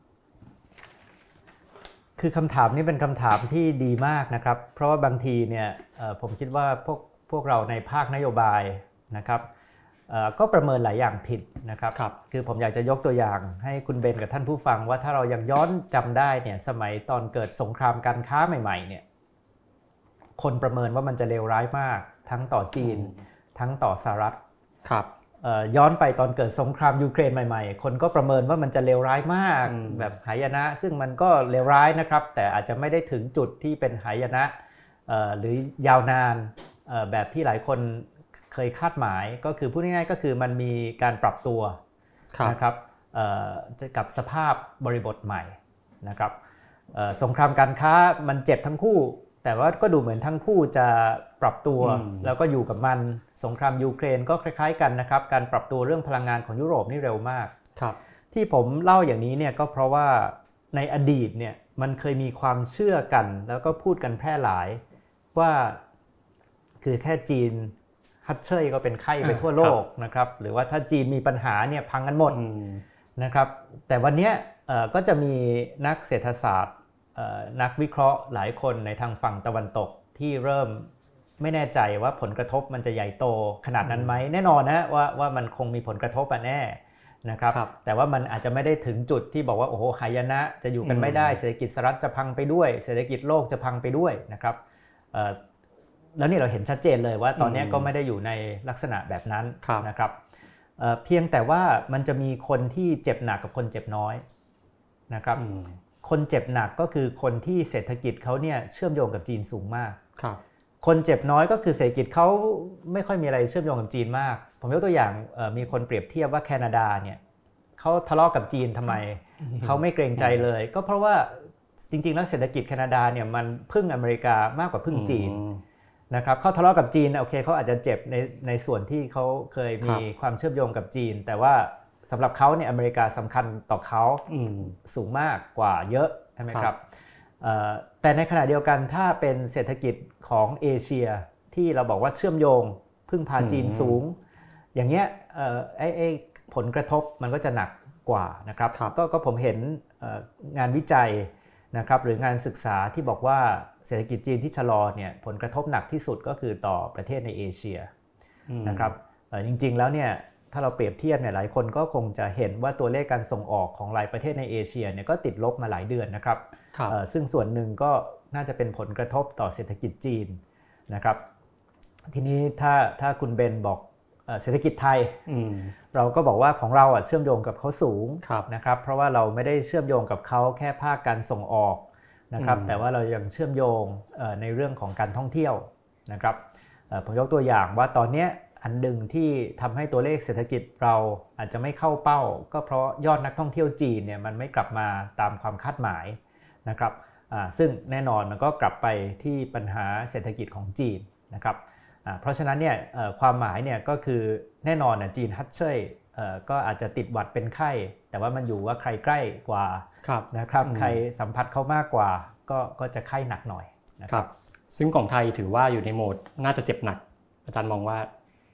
Speaker 2: คือคำถามนี้เป็นคำถามที่ดีมากนะครับเพราะว่าบางทีเนี่ยผมคิดว่าพวกพวกเราในภาคนโยบายนะครับก็ประเมินหลายอย่างผิดนะครับ
Speaker 1: ครับ
Speaker 2: คือผมอยากจะยกตัวอย่างให้คุณเบนกับท่านผู้ฟังว่าถ้าเรายังย้อนจำได้เนี่ยสมัยตอนเกิดสงครามการค้าใหม่ๆเนี่ยคนประเมินว่ามันจะเลวร้ายมากทั้งต่อจีนทั้งต่อสหรัฐ
Speaker 1: ครับ
Speaker 2: ย้อนไปตอนเกิดสงครามยูเครนใหม่ๆคนก็ประเมินว่ามันจะเลวร้ายมากแบบหายนะซึ่งมันก็เลวร้ายนะครับแต่อาจจะไม่ได้ถึงจุดที่เป็นหายนะหรือยาวนานแบบที่หลายคนเคยคาดหมายก็คือพูดง่ายๆก็คือมันมีการปรับตัวนะครับกับสภาพบริบทใหม่นะครับสงครามการค้ามันเจ็บทั้งคู่แต่ว่าก็ดูเหมือนทั้งคู่จะปรับตัวแล้วก็อยู่กับมันสงครามยูเครนก็คล้ายๆกันนะครับการปรับตัวเรื่องพลังงานของยุโรปนี่เร็วมากที่ผมเล่าอย่างนี้เนี่ยก็เพราะว่าในอดีตเนี่ยมันเคยมีความเชื่อกันแล้วก็พูดกันแพร่หลายว่าคือแค่จีนฮัตเชยก็เป็นไข้ไปทั่วโลกนะครับหรือว่าถ้าจีนมีปัญหาเนี่ยพังกันหมดนะครับแต่วันนี้ก็จะมีนักเศรษฐศาสตร์นักวิเคราะห์หลายคนในทางฝั่งตะวันตกที่เริ่มไม่แน่ใจว่าผลกระทบมันจะใหญ่โตขนาดนั้นไหมแน่นอนนะว่าว่ามันคงมีผลกระทบแน่นะครับแต่ว่ามันอาจจะไม่ได้ถึงจุดที่บอกว่าโอ้โหหายนะจะอยู่กันไม่ได้เศรษฐกิจสหรัฐจะพังไปด้วยเศรษฐกิจโลกจะพังไปด้วยนะครับแล้วนี่เราเห็นชัดเจนเลยว่าตอนนี้ก็ไม่ได้อยู่ในลักษณะแบบนั้นนะครับเพียงแต่ว่ามันจะมีคนที่เจ็บหนักกับคนเจ็บน้อยนะครับคนเจ็บหนักก็คือคนที่เศรษฐกิจเขาเนี่ยเชื่อมโยงกับจีนสูงมากคนเจ็บน้อยก็คือเศรษฐกิจเขาไม่ค่อยมีอะไรเชื่อมโยงกับจีนมากผมยกตัวอย่างมีคนเปรียบเทียบว่าแคนาดาเนี่ยเขาทะเลาะกับจีนทำไมเขาไม่เกรงใจเลยก็เพราะว่าจริงๆแล้วเศรษฐกิจแคนาดาเนี่ยมันพึ่งอเมริกามากกว่าพึ่งจีนนะครับเขาทะเลาะกับจีนโอเคเขาอาจจะเจ็บในในส่วนที่เขาเคยมีความเชื่อมโยงกับจีนแต่ว่าสำหรับเขาเนี่ยอเมริกาสำคัญต่อเขาสูงมากกว่าเยอะใช่ไหมครับแต่ในขณะเดียวกันถ้าเป็นเศรษฐกิจของเอเชียที่เราบอกว่าเชื่อมโยงพึ่งพาจีนสูงอย่างเงี้ยไอ้ไอ้ผลกระทบมันก็จะหนักกว่านะครับก็ก็ผมเห็นงานวิจัยนะครับหรืองานศึกษาที่บอกว่าเศรษฐกิจจีนที่ชะลอเนี่ยผลกระทบหนักที่สุดก็คือต่อประเทศในเอเชียนะครับจริงๆแล้วเนี่ยถ้าเราเปรียบเทียบเนี่ยหลายคนก็คงจะเห็นว่าตัวเลขการส่งออกของหลายประเทศในเอเชียเนี่ยก็ติดลบมาหลายเดือนนะครับซึ่งส่วนหนึ่งก็น่าจะเป็นผลกระทบต่อเศรษฐกิจจีนนะครับทีนี้ถ้าถ้าคุณเบนบอกเศรษฐกิจไทยเราก็บอกว่าของเราเชื่อมโยงกับเขาสูงนะครับเพราะว่าเราไม่ได้เชื่อมโยงกับเขาแค่ภาคการส่งออกนะครับแต่ว่าเรายังเชื่อมโยงในเรื่องของการท่องเที่ยวนะครับผมยกตัวอย่างว่าตอนนี้อันหนึ่งที่ทำให้ตัวเลขเศรษฐกิจเราอาจจะไม่เข้าเป้าก็เพราะยอดนักท่องเที่ยวจีนเนี่ยมันไม่กลับมาตามความคาดหมายนะครับซึ่งแน่นอนมันก็กลับไปที่ปัญหาเศรษฐกิจของจีนนะครับเพราะฉะนั้นเนี่ยความหมายเนี่ยก็คือแน่นอนนะจีนฮัตเชยก็อาจจะติดหวัดเป็นไข้แต่ว่ามันอยู่ว่าใครใกล้กว่านะครับใครสัมผัสเขามากกว่าก็ก็จะไข้หนักหน่อยนะครับ
Speaker 1: ซึ่งของไทยถือว่าอยู่ในโหมดน่าจะเจ็บหนักอาจารย์มองว่า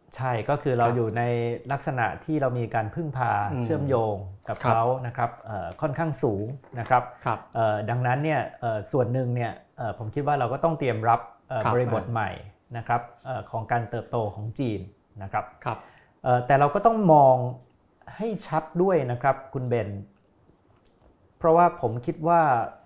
Speaker 2: ใช่ก็คือเราอยู่ในลักษณะที่เรามีการพึ่งพาเชื่อมโยงกับเขานะครับค่อนข้างสูงนะครับดังนั้นเนี่ยส่วนหนึ่งเนี่ยผมคิดว่าเราก็ต้องเตรียมรับบริบทใหม่นะครับของการเติบโตของจีนนะครับแต่เราก็ต้องมองให้ชัดด้วยนะครับคุณเบนเพราะว่าผมคิดว่า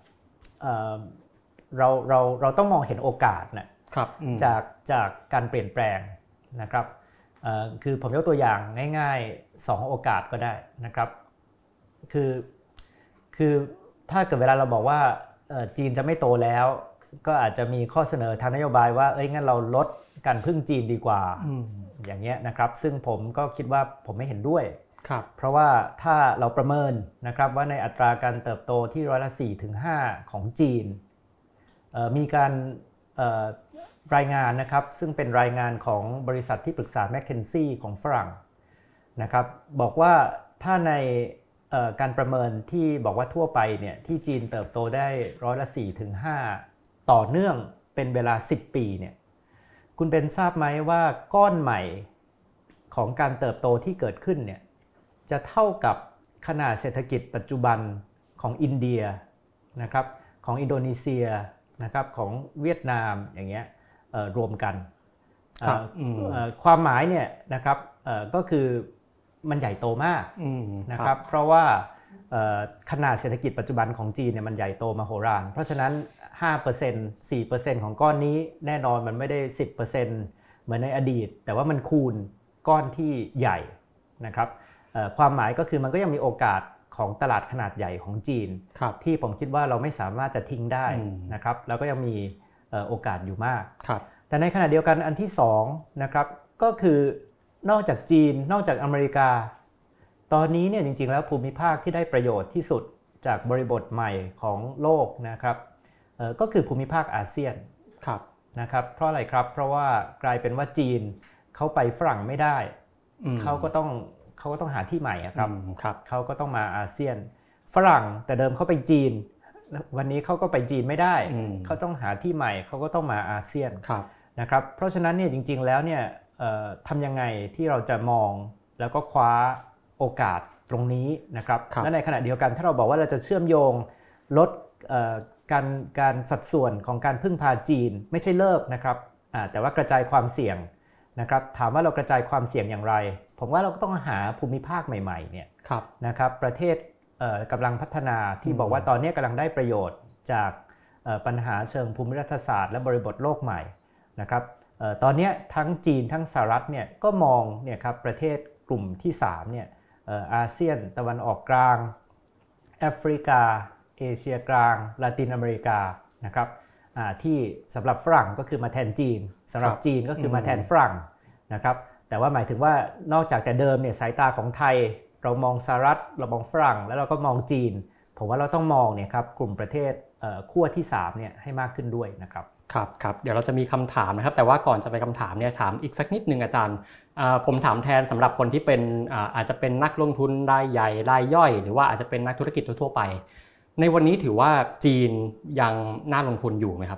Speaker 2: เราเราเราต้องมองเห็นโอกาสนะจากจากการเปลี่ยนแปลงนะครับคือผมยกตัวอย่างง่ายๆสองโอกาสก็ได้นะครับคือคือถ้าเกิดเวลาเราบอกว่าจีนจะไม่โตแล้วก็อาจจะมีข้อเสนอทางนโยบายว่าเอ้ยงั้นเราลดการพึ่งจีนดีกว่า อ, อย่างเงี้ยนะครับซึ่งผมก็คิดว่าผมไม่เห็นด้วยเพราะว่าถ้าเราประเมินนะครับว่าในอัตราการเติบโตที่ร้อยละสี่ถึงห้าของจีนมีการรายงานนะครับซึ่งเป็นรายงานของบริษัทที่ปรึกษา แมคเคนซี่ ของฝรั่งนะครับบอกว่าถ้าในการประเมินที่บอกว่าทั่วไปเนี่ยที่จีนเติบโตได้ร้อยละสี่ถึงห้าต่อเนื่องเป็นเวลาสิบปีเนี่ยคุณเป็นทราบไหมว่าก้อนใหม่ของการเติบโตที่เกิดขึ้นเนี่ยจะเท่ากับขนาดเศรษฐกิจปัจจุบันของอินเดียนะครับของอินโดนีเซียนะครับของเวียดนามอย่างเงี้ยรวมกันความหมายเนี่ยนะครับก็คือมันใหญ่โตมากนะครับเพราะว่าขนาดเศรษฐกิจปัจจุบันของจีนเนี่ยมันใหญ่โตมโหฬารเพราะฉะนั้น ห้าเปอร์เซ็นต์ สี่เปอร์เซ็นต์ ของก้อนนี้แน่นอนมันไม่ได้ สิบเปอร์เซ็นต์ เหมือนในอดีตแต่ว่ามันคูณก้อนที่ใหญ่นะครับความหมายก็คือมันก็ยังมีโอกาสของตลาดขนาดใหญ่ของจีนที่ผมคิดว่าเราไม่สามารถจะทิ้งได้นะครับแล้วก็ยังมีโอกาสอยู่มากแต่ในขณะเดียวกันอันที่สองนะครับก็คือนอกจากจีนนอกจากอเมริกาตอนนี้เนี่ยจริงๆแล้วภูมิภาคที่ได้ประโยชน์ที่สุดจากบริบทใหม่ของโลกนะครับก็คือภูมิภาคอาเซียนนะครับเพราะอะไรครับเพราะว่ากลายเป็นว่าจีนเขาไปฝรั่งไม่ได้เขาก็ต้องเขาก็ต้องหาที่ใหม่ครับเขาก็ต้องมาอาเซียนฝรั่งแต่เดิมเขาไปจีนวันนี้เขาก็ไปจีนไม่ได้เขาต้องหาที่ใหม่เขาก็ต้องมาอาเซียนนะครับเพราะฉะนั้นเนี่ยจริงๆแล้วเนี่ยทำยังไงที่เราจะมองแล้วก็คว้าโอกาสตรงนี้นะครับและในขณะเดียวกันถ้าเราบอกว่าเราจะเชื่อมโยงลดการการสัดส่วนของการพึ่งพาจีนไม่ใช่เลิกนะครับแต่ว่ากระจายความเสี่ยงนะครับถามว่าเรากระจายความเสี่ยงอย่างไรผมว่าเราก็ต้องหาภูมิภาคใหม่ๆเนี่ยนะครับประเทศกำลังพัฒนาที่บอกว่าตอนนี้กำลังได้ประโยชน์จากปัญหาเชิงภูมิรัฐศาสตร์และบริบทโลกใหม่นะครับตอนนี้ทั้งจีนทั้งสหรัฐเนี่ยก็มองเนี่ยครับประเทศกลุ่มที่สามเนี่ยอาเซียนตะวันออกกลางแอฟริกาเอเชียกลางลาตินอเมริกานะครับที่สำหรับฝรั่งก็คือมาแทนจีนสำหรับจีนก็คือมาแทนฝรั่งนะครับแต่ว่าหมายถึงว่านอกจากแต่เดิมเนี่ยสายตาของไทยเรามองสหรัฐเรามองฝรั่งแล้วเราก็มองจีนผมว่าเราต้องมองเนี่ยครับกลุ่มประเทศขั้วที่สามเนี่ยให้มากขึ้นด้วยนะครับ
Speaker 1: ครับครับเดี๋ยวเราจะมีคำถามนะครับแต่ว่าก่อนจะไปคำถามเนี่ยถามอีกสักนิดนึงอาจารย์ผมถามแทนสำหรับคนที่เป็นอาจจะเป็นนักลงทุนรายใหญ่รายย่อยหรือว่าอาจจะเป็นนักธุรกิจทั่วไปในวันนี้ถือว่าจีนยังน่าลงทุนอยู่ไหมครับ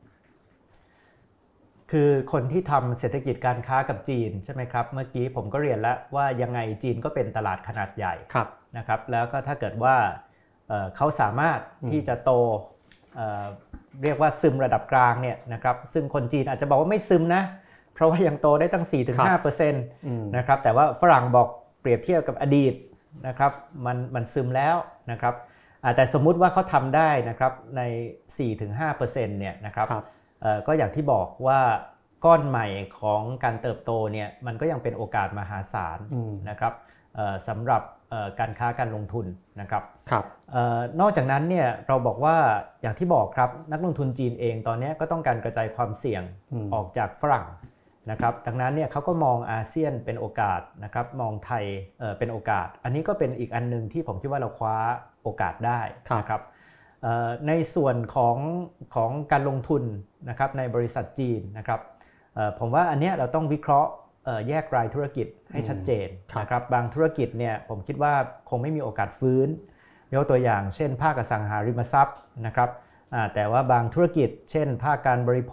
Speaker 2: คือคนที่ทำเศรษฐกิจการค้ากับจีนใช่ไหมครับเมื่อกี้ผมก็เรียนแล้วว่ายังไงจีนก็เป็นตลาดขนาดใหญ่นะครับแล้วก็ถ้าเกิดว่าเขาสามารถที่จะโตเรียกว่าซึมระดับกลางเนี่ยนะครับซึ่งคนจีนอาจจะบอกว่าไม่ซึมนะเพราะว่ายังโตได้ตั้ง สี่ถึงห้าเปอร์เซ็นต์ นะครับแต่ว่าฝรั่งบอกเปรียบเทียบกับอดีตนะครับมันมันซึมแล้วนะครับแต่สมมุติว่าเขาทำได้นะครับใน สี่ถึงห้าเปอร์เซ็นต์ เนี่ยนะครับก็อย่างที่บอกว่าก้อนใหม่ของการเติบโตเนี่ยมันก็ยังเป็นโอกาสมหาศาลนะครับสำหรับการค้าการลงทุนนะครับนอกจากนั้นเนี่ยเราบอกว่าอย่างที่บอกครับนักลงทุนจีนเองตอนนี้ก็ต้องการกระจายความเสี่ยงออกจากฝรั่งนะครับดังนั้นเนี่ยเขาก็มองอาเซียนเป็นโอกาสนะครับมองไทยเป็นโอกาสอันนี้ก็เป็นอีกอันนึงที่ผมคิดว่าเราคว้าโอกาสได้นะครับในส่วนของของการลงทุนนะครับในบริษัทจีนนะครับผมว่าอันนี้เราต้องวิเคราะห์แยกรายธุรกิจให้ชัดเจนนะครับบางธุรกิจเนี่ยผมคิดว่าคงไม่มีโอกาสฟื้นยกตัวอย่างเช่นภาคอสังหาริมทรัพย์นะครับแต่ว่าบางธุรกิจเช่นภาคการบริโภค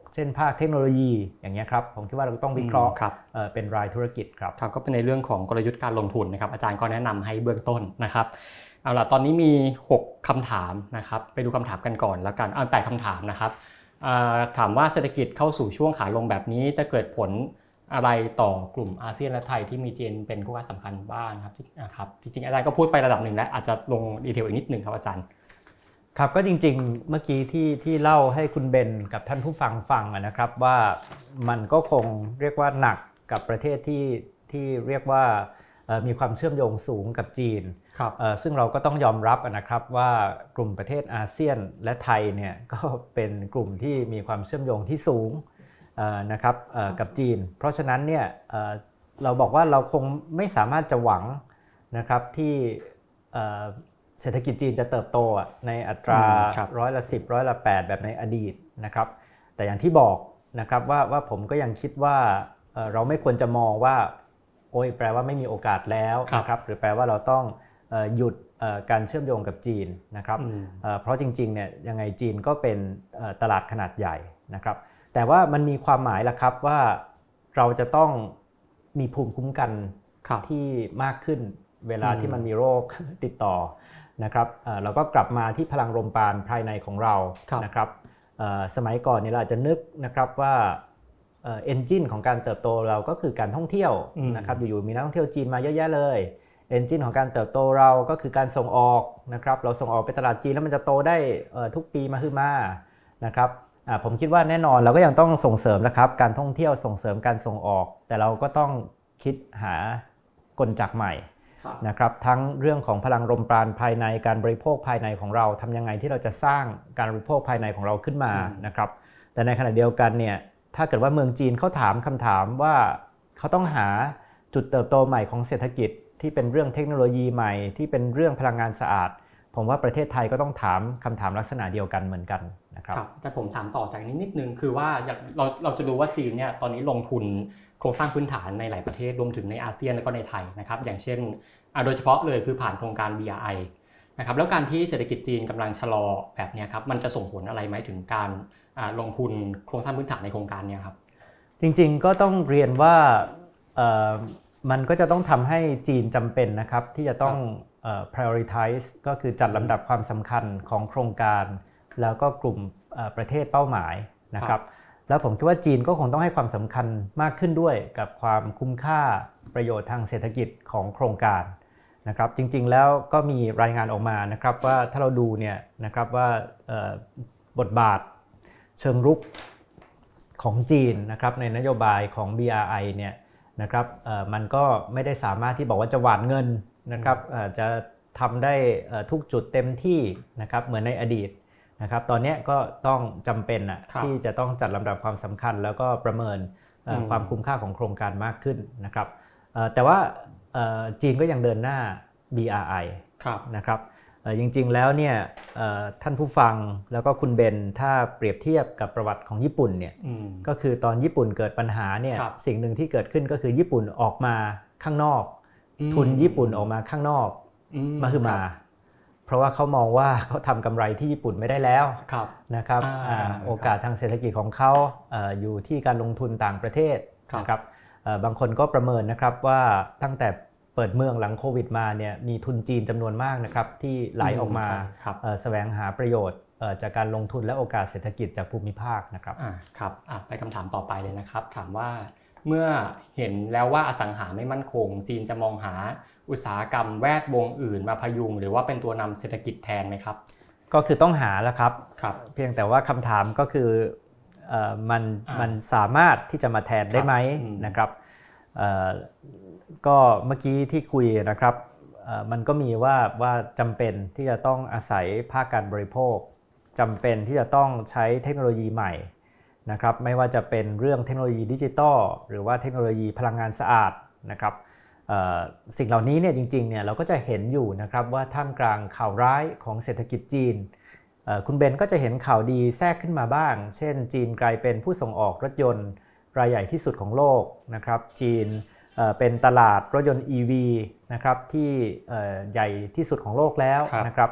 Speaker 2: เช่นภาคเทคโนโลยีอย่างเงี้ยครับผมคิดว่าเราต้องวิเคราะห์เป็นรายธุรกิจครับ
Speaker 1: ครับก็เป็นในเรื่องของกลยุทธ์การลงทุนนะครับอาจารย์ก็แนะนำให้เบื้องต้นนะครับเอาล่ะตอนนี้มีหกคำถามนะครับไปดูคำถามกันก่อนแล้วกันเอาแปดคำถามนะครับถามว่าเศรษฐกิจเข้าสู่ช่วงขาลงแบบนี้จะเกิดผลอะไรต่อกลุ่มอาเซียนและไทยที่มีจีนเป็นคู่ค้าสำคัญบ้างครับนะครับจริงๆอาจารย์ก็พูดไประดับหนึ่งแล้วอาจจะลงดีเทลอีกนิดนึงครับอาจารย์
Speaker 2: ครับก็จริงๆเมื่อกี้ที่ที่เล่าให้คุณเบนกับท่านผู้ฟังฟังนะครับว่ามันก็คงเรียกว่าหนักกับประเทศที่ที่เรียกว่ามีความเชื่อมโยงสูงกับจีนซึ่งเราก็ต้องยอมรับนะครับว่ากลุ่มประเทศอาเซียนและไทยเนี่ยก็เป็นกลุ่มที่มีความเชื่อมโยงที่สูงนะครับกับจีนเพราะฉะนั้นเนี่ยเราบอกว่าเราคงไม่สามารถจะหวังนะครับที่เศรษฐกิจจีนจะเติบโตในอัตราร้อยละสิบร้อยละแปดแบบในอดีตนะครับแต่อย่างที่บอกนะครับว่าว่าผมก็ยังคิดว่าเราไม่ควรจะมองว่าโอ้ยแปลว่าไม่มีโอกาสแล้วนะครับหรือแปลว่าเราต้องหยุดการเชื่อมโยงกับจีนนะครับเพราะจริงๆเนี่ยยังไงจีนก็เป็นตลาดขนาดใหญ่นะครับแต่ว่ามันมีความหมายละครับว่าเราจะต้องมีภูมิคุ้มกันที่มากขึ้นเวลาที่มันมีโรคติดต่อนะครับเราก็กลับมาที่พลังลมปราณภายในของเรานะครับสมัยก่อนนี่เราอาจจะนึกนะครับว่าเอนจินของการเติบโตเราก็คือการท่องเที่ยวนะครับอยู่ๆมีนักท่องเที่ยวจีนมาเยอะแยะเลยเอนจินของการเติบโตเราก็คือการส่งออกนะครับเราส่งออกไปตลาดจีนแล้วมันจะโตได้ทุกปีมาคือมานะครับผมคิดว่าแน่นอนเราก็ยังต้องส่งเสริมนะครับการท่องเที่ยวส่งเสริมการส่งออกแต่เราก็ต้องคิดหากลจักรใหม่นะครับทั้งเรื่องของพลังลมปราณภายในการบริโภคภายในของเราทำยังไงที่เราจะสร้างการบริโภคภายในของเราขึ้นมานะครับแต่ในขณะเดียวกันเนี่ยถ้าเกิดว่าเมืองจีนเขาถามคำถามว่าเขาต้องหาจุดเติบโตใหม่ของเศรษฐกิจที่เป็นเรื่องเทคโนโลยีใหม่ที่เป็นเรื่องพลังงานสะอาดผมว่าประเทศไทยก็ต้องถามคำถามลักษณะเดียวกันเหมือนกันนะครับ
Speaker 1: แต่ผมถามต่อจากนี้นิดนึงคือว่าเราเราจะดูว่าจีนเนี่ยตอนนี้ลงทุนโครงสร้างพื้นฐานในหลายประเทศรวมถึงในอาเซียนและก็ในไทยนะครับอย่างเช่นโดยเฉพาะเลยคือผ่านโครงการ บี อาร์ ไอ นะครับแล้วการที่เศรษฐกิจจีนกำลังชะลอแบบนี้ครับมันจะส่งผลอะไรไหมถึงการลงทุนโครงสร้างพื้นฐานในโครงการนี้ครับ
Speaker 2: จริงๆก็ต้องเรียนว่ามันก็จะต้องทำให้จีนจำเป็นนะครับที่จะต้อง prioritize ก็คือจัดลำดับความสำคัญของโครงการแล้วก็กลุ่มประเทศเป้าหมายนะครับแล้วผมคิดว่าจีนก็คงต้องให้ความสำคัญมากขึ้นด้วยกับความคุ้มค่าประโยชน์ทางเศรษฐกิจของโครงการนะครับจริงๆแล้วก็มีรายงานออกมานะครับว่าถ้าเราดูเนี่ยนะครับว่าบทบาทเชิงรุกของจีนนะครับในนโยบายของ บี อาร์ ไอ เนี่ยนะครับมันก็ไม่ได้สามารถที่บอกว่าจะหว่านเงินนะครับจะทำได้ทุกจุดเต็มที่นะครับเหมือนในอดีตนะครับตอนนี้ก็ต้องจำเป็นนะที่จะต้องจัดลำดับความสำคัญแล้วก็ประเมินความคุ้มค่าของโครงการมากขึ้นนะครับแต่ว่าจีนก็ยังเดินหน้า บี อาร์ ไอ นะครับจริงๆแล้วเนี่ยท่านผู้ฟังแล้วก็คุณเบนถ้าเปรียบเทียบกับประวัติของญี่ปุ่นเนี่ยก็คือตอนญี่ปุ่นเกิดปัญหาเนี่ยสิ่งหนึ่งที่เกิดขึ้นก็คือญี่ปุ่นออกมาข้างนอกทุนญี่ปุ่นออกมาข้างนอกมาคือมาเพราะว่าเขามองว่าเขาทำกำไรที่ญี่ปุ่นไม่ได้แล้วนะครับโอกาสทางเศรษฐกิจของเขาอยู่ที่การลงทุนต่างประเทศนะครับบางคนก็ประเมินนะครับว่าตั้งแต่เปิดเมืองหลังโควิดมาเนี่ยมีทุนจีนจำนวนมากนะครับที่ไหลออกมาแสวงหาประโยชน์จากการลงทุนและโอกาสเศรษฐกิจจากภูมิภาคนะครับ
Speaker 1: ครับไปคำถามต่อไปเลยนะครับถามว่าเมื่อเห็นแล้วว่าอสังหาไม่มั่นคงจีนจะมองหาอุตสาหกรรมแวดวงอื่นมาพยุงหรือว่าเป็นตัวนำเศรษฐกิจแทนไหมครับ
Speaker 2: ก็คือต้องหาแล้วครับเพียงแต่ว่าคำถามก็คือมันมันสามารถที่จะมาแทนได้ไหมนะครับก็เมื่อกี้ที่คุยนะครับมันก็มีว่าว่าจำเป็นที่จะต้องอาศัยภาคการบริโภคจำเป็นที่จะต้องใช้เทคโนโลยีใหม่นะครับไม่ว่าจะเป็นเรื่องเทคโนโลยีดิจิทัลหรือว่าเทคโนโลยีพลังงานสะอาดนะครับสิ่งเหล่านี้เนี่ยจริงๆเนี่ยเราก็จะเห็นอยู่นะครับว่าท่ามกลางข่าวร้ายของเศรษฐกิจจีนคุณเบนก็จะเห็นข่าวดีแทรกขึ้นมาบ้างเช่นจีนกลายเป็นผู้ส่งออกรถยนต์รายใหญ่ที่สุดของโลกนะครับจีนเป็นตลาดรถยนต์ อี วี นะครับที่ใหญ่ที่สุดของโลกแล้วนะครับ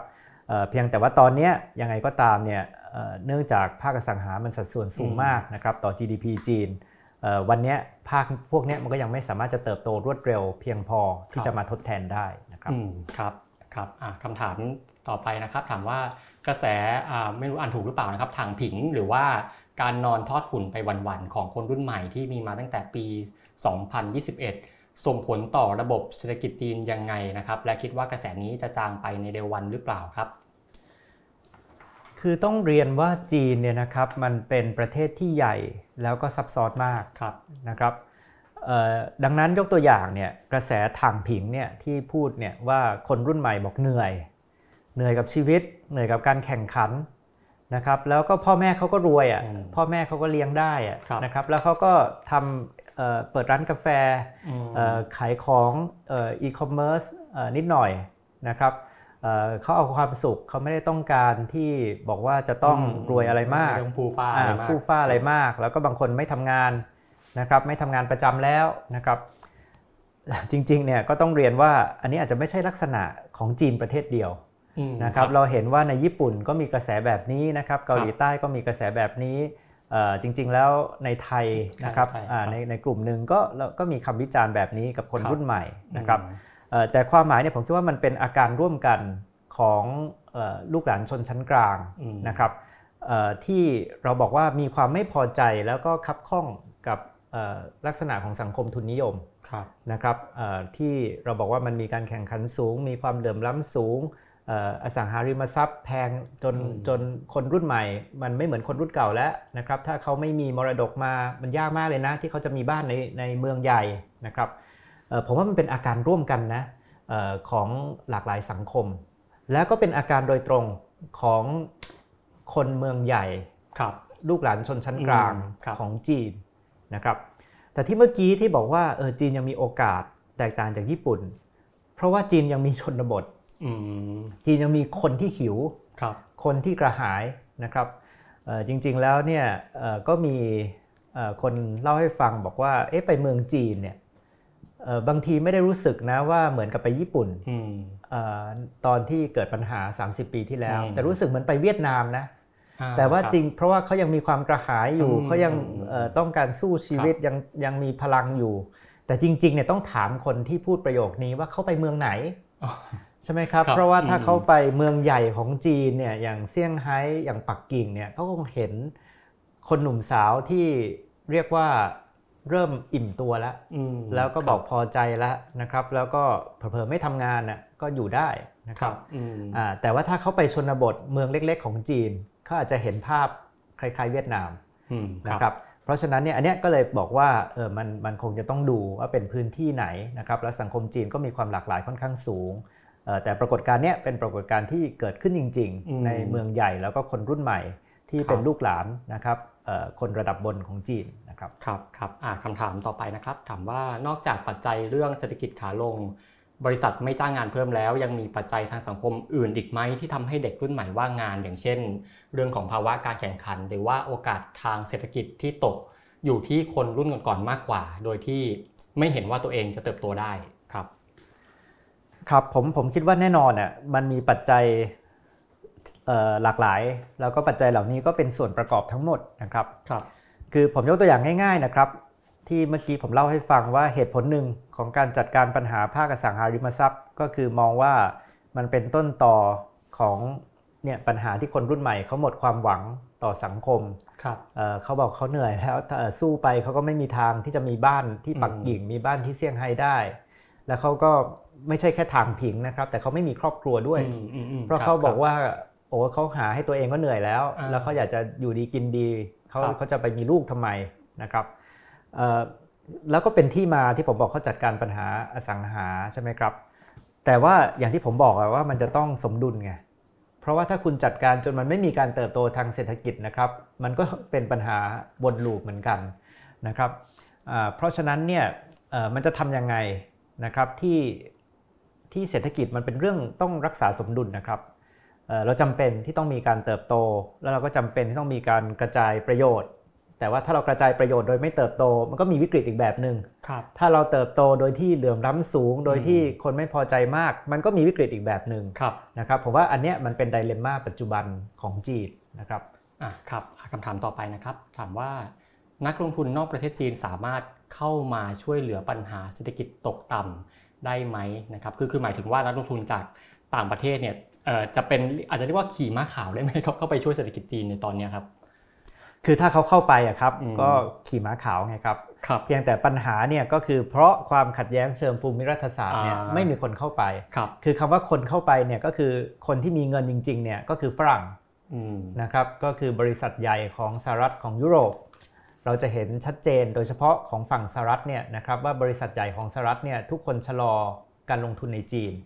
Speaker 2: เอ่อเพียงแต่ว่าตอนนี้ยังไงก็ตามเนี่ยเอ่อเนื่องจากภาคอสังหามันสัดส่วนสูงมากนะครับต่อ จี ดี พี จีนเอ่อวันนี้ภาคพวกนี้มันก็ยังไม่สามารถจะเติบโตรวดเร็วเพียงพอที่จะมาทดแทนได้นะครับ
Speaker 1: อืมครับครับอ่ะคำถามต่อไปนะครับถามว่ากระแสอ่าไม่รู้อ่านถูกหรือเปล่านะครับถังผิงหรือว่าการนอนทอดหุ่นไปวันๆของคนรุ่นใหม่ที่มีมาตั้งแต่ปีสองพันยี่สิบเอ็ดส่งผลต่อระบบเศรษฐกิจจีนยังไงนะครับและคิดว่ากระแสนี้จะจางไปในเร็ววันหรือเปล่าครับ
Speaker 2: คือต้องเรียนว่าจีนเนี่ยนะครับมันเป็นประเทศที่ใหญ่แล้วก็ซับซ้อนมากนะครับดังนั้นยกตัวอย่างเนี่ยกระแสถ่างผิงเนี่ยที่พูดเนี่ยว่าคนรุ่นใหม่บอกเหนื่อยเหนื่อยกับชีวิตเหนื่อยกับการแข่งขันนะครับแล้วก็พ่อแม่เขาก็รวยอ่ะพ่อแม่เขาก็เลี้ยงได้อ่ะนะครับแล้วเขาก็ทำเอ่อเปิดร้านกาแฟเอ่อขายของเอ่ออีคอมเมิร์ซเอ่อนิดหน่อยนะครับเอ่อเขาเอาความสุขเขาไม่ได้ต้องการที่บอกว่าจะต้องรวยอะไรมาก
Speaker 1: ไม่ต้องฟูฟ้า
Speaker 2: อะไรมากฟูฟ้าอะไรมากแล้วก็บางคนไม่ทำงานนะครับไม่ทำงานประจำแล้วนะครับจริงๆเนี่ยก็ต้องเรียนว่าอันนี้อาจจะไม่ใช่ลักษณะของจีนประเทศเดียวนะครับเราเห็นว่าในญี่ปุ่นก็มีกระแสแบบนี้นะครับเกาหลีใต้ก็มีกระแสแบบนี้จริงๆแล้วในไทยนะครับในในกลุ่มหนึ่งก็ก็มีคำวิจารณ์แบบนี้กับคนรุ่นใหม่นะครับแต่ความหมายเนี่ยผมคิดว่ามันเป็นอาการร่วมกันของลูกหลานชนชั้นกลางนะครับที่เราบอกว่ามีความไม่พอใจแล้วก็คับข้องกับลักษณะของสังคมทุนนิยมนะครับที่เราบอกว่ามันมีการแข่งขันสูงมีความเหลื่อมล้ำสูงอสังหาริมทรัพย์แพงจนจนคนรุ่นใหม่มันไม่เหมือนคนรุ่นเก่าแล้วนะครับถ้าเขาไม่มีมรดกมามันยากมากเลยนะที่เขาจะมีบ้านในในเมืองใหญ่นะครับผมว่ามันเป็นอาการร่วมกันนะของหลากหลายสังคมแล้วก็เป็นอาการโดยตรงของคนเมืองใหญ่ลูกหลานชนชั้นกลางของจีนนะครับแต่ที่เมื่อกี้ที่บอกว่าเออจีนยังมีโอกาสแตกต่างจากญี่ปุ่นเพราะว่าจีนยังมีชนบทจีนยังมีคนที่หิว ค, คนที่กระหายนะครับจริงๆแล้วเนี่ยก็มีคนเล่าให้ฟังบอกว่าเอ๊ะไปเมืองจีนเนี่ยบางทีไม่ได้รู้สึกนะว่าเหมือนกับไปญี่ปุ่นตอนที่เกิดปัญหาสามสิบปีที่แล้วแต่รู้สึกเหมือนไปเวียดนามนะแต่ว่าจริงเพราะว่าเขายังมีความกระหายอยู่เขายังต้องการสู้ชีวิตยังยังมีพลังอยู่แต่จริงๆเนี่ยต้องถามคนที่พูดประโยคนี้ว่าเขาไปเมืองไหนใช่ไหมครับเพราะว่าถ้าเขาไปเมืองใหญ่ของจีนเนี่ยอย่างเซี่ยงไฮ้อย่างปักกิ่งเนี่ยเขาคงเห็นคนหนุ่มสาวที่เรียกว่าเริ่มอิ่มตัวแล้วแล้วก็บอกพอใจแล้วนะครับแล้วก็เผลอๆไม่ทำงานน่ะก็อยู่ได้นะครับแต่ว่าถ้าเขาไปชนบทเมืองเล็กๆของจีนเขาอาจจะเห็นภาพคล้ายๆเวียดนามนะครับเพราะฉะนั้นเนี่ยอันนี้ก็เลยบอกว่าเออมันมันคงจะต้องดูว่าเป็นพื้นที่ไหนนะครับแล้วสังคมจีนก็มีความหลากหลายค่อนข้างสูงแต่ปรากฏการณ์นี้เป็นปรากฏการณ์ที่เกิดขึ้นจริงๆในเมืองใหญ่แล้วก็คนรุ่นใหม่ที่เป็นลูกหลานนะครับคนระดับบนของจีนนะครับ
Speaker 1: ครับครับคำถามต่อไปนะครับถามว่านอกจากปัจจัยเรื่องเศรษฐกิจขาลงบริษัทไม่จ้างงานเพิ่มแล้วยังมีปัจจัยทางสังคมอื่นอีกไหมที่ทำให้เด็กรุ่นใหม่ว่างงานอย่างเช่นเรื่องของภาวะการแข่งขันหรือว่าโอกาสทางเศรษฐกิจที่ตกอยู่ที่คนรุ่นก่อนๆมากกว่าโดยที่ไม่เห็นว่าตัวเองจะเติบโตได้ครับ
Speaker 2: ครับผมผมคิดว่าแน่นอนอ่ะมันมีปัจจัยหลากหลายแล้วก็ปัจจัยเหล่านี้ก็เป็นส่วนประกอบทั้งหมดนะครับ
Speaker 1: ครับ
Speaker 2: คือผมยกตัวอย่างง่ายๆนะครับที่เมื่อกี้ผมเล่าให้ฟังว่าเหตุผลหนึ่งของการจัดการปัญหาภาคอสังหาริมทรัพย์ก็คือมองว่ามันเป็นต้นต่อของเนี่ยปัญหาที่คนรุ่นใหม่เขาหมดความหวังต่อสังคม
Speaker 1: ครับ
Speaker 2: เอ่อเขาบอกเขาเหนื่อยแล้วสู้ไปเขาก็ไม่มีทางที่จะมีบ้านที่ปักกิ่งมีบ้านที่เซี่ยงไฮ้ได้แล้วเขาก็ไม่ใช่แค่ทางผิงนะครับแต่เขาไม่มีครอบครัวด้วยเพราะเขาบอกว่าโอ้เขาหาให้ตัวเองก็เหนื่อยแล้วแล้วเขาอยากจะอยู่ดีกินดีเขาเขาจะไปมีลูกทำไมนะครับแล้วก็เป็นที่มาที่ผมบอกเขาจัดการปัญหาอสังหาใช่ไหมครับแต่ว่าอย่างที่ผมบอกว่ามันจะต้องสมดุลไงเพราะว่าถ้าคุณจัดการจนมันไม่มีการเติบโตทางเศรษฐกิจนะครับมันก็เป็นปัญหาวนลูปเหมือนกันนะครับเพราะฉะนั้นเนี่ยมันจะทำยังไงนะครับที่ที่เศรษฐกิจมันเป็นเรื่องต้องรักษาสมดุลนะครับเราจำเป็นที่ต้องมีการเติบโตแล้วเราก็จำเป็นที่ต้องมีการกระจายประโยชน์แต่ว่าถ้าเรากระจายประโยชน์โดยไม่เติบโตมันก็มีวิกฤตอีกแบบนึง
Speaker 1: ครับ
Speaker 2: ถ้าเราเติบโตโดยที่เหลื่อมล้ำสูงโดยที่คนไม่พอใจมากมันก็มีวิกฤตอีกแบบนึง
Speaker 1: ครับ
Speaker 2: นะครับผมว่าอันเนี้ยมันเป็นไดเลมม่าปัจจุบันของจีนนะครับ
Speaker 1: อ่ะครับคำถามต่อไปนะครับถามว่านักลงทุนนอกประเทศจีนสามารถเข้ามาช่วยเหลือปัญหาเศรษฐกิจตกต่ำได้ไหมนะครับคือคือหมายถึงว่านักลงทุนจากต่างประเทศเนี่ยเอ่อจะเป็นอาจจะเรียกว่าขี่ม้าขาวได้ไหมครับเข้าไปช่วยเศรษฐกิจจีนในตอนนี้ครับ
Speaker 2: คือถ้าเขาเข้าไปอะครับก็ขี่ม้าขาวไงครับเพียงแต่ปัญหาเนี่ยก็คือเพราะความขัดแย้งเชิงภูมิรัฐศาสตร์เนี่ยไม่มีคนเข้าไปคือคำว่าคนเข้าไปเนี่ยก็คือคนที่มีเงินจริงๆเนี่ยก็คือฝรั่งนะครับก็คือบริษัทใหญ่ของสหรัฐของยุโรปเราจะเห็นชัดเจนโดยเฉพาะของฝั่งสหรัฐเนี่ยนะครับว่าบริษัทใหญ่ของสหรัฐเนี่ยทุกคนชะลอการลงทุนในจีน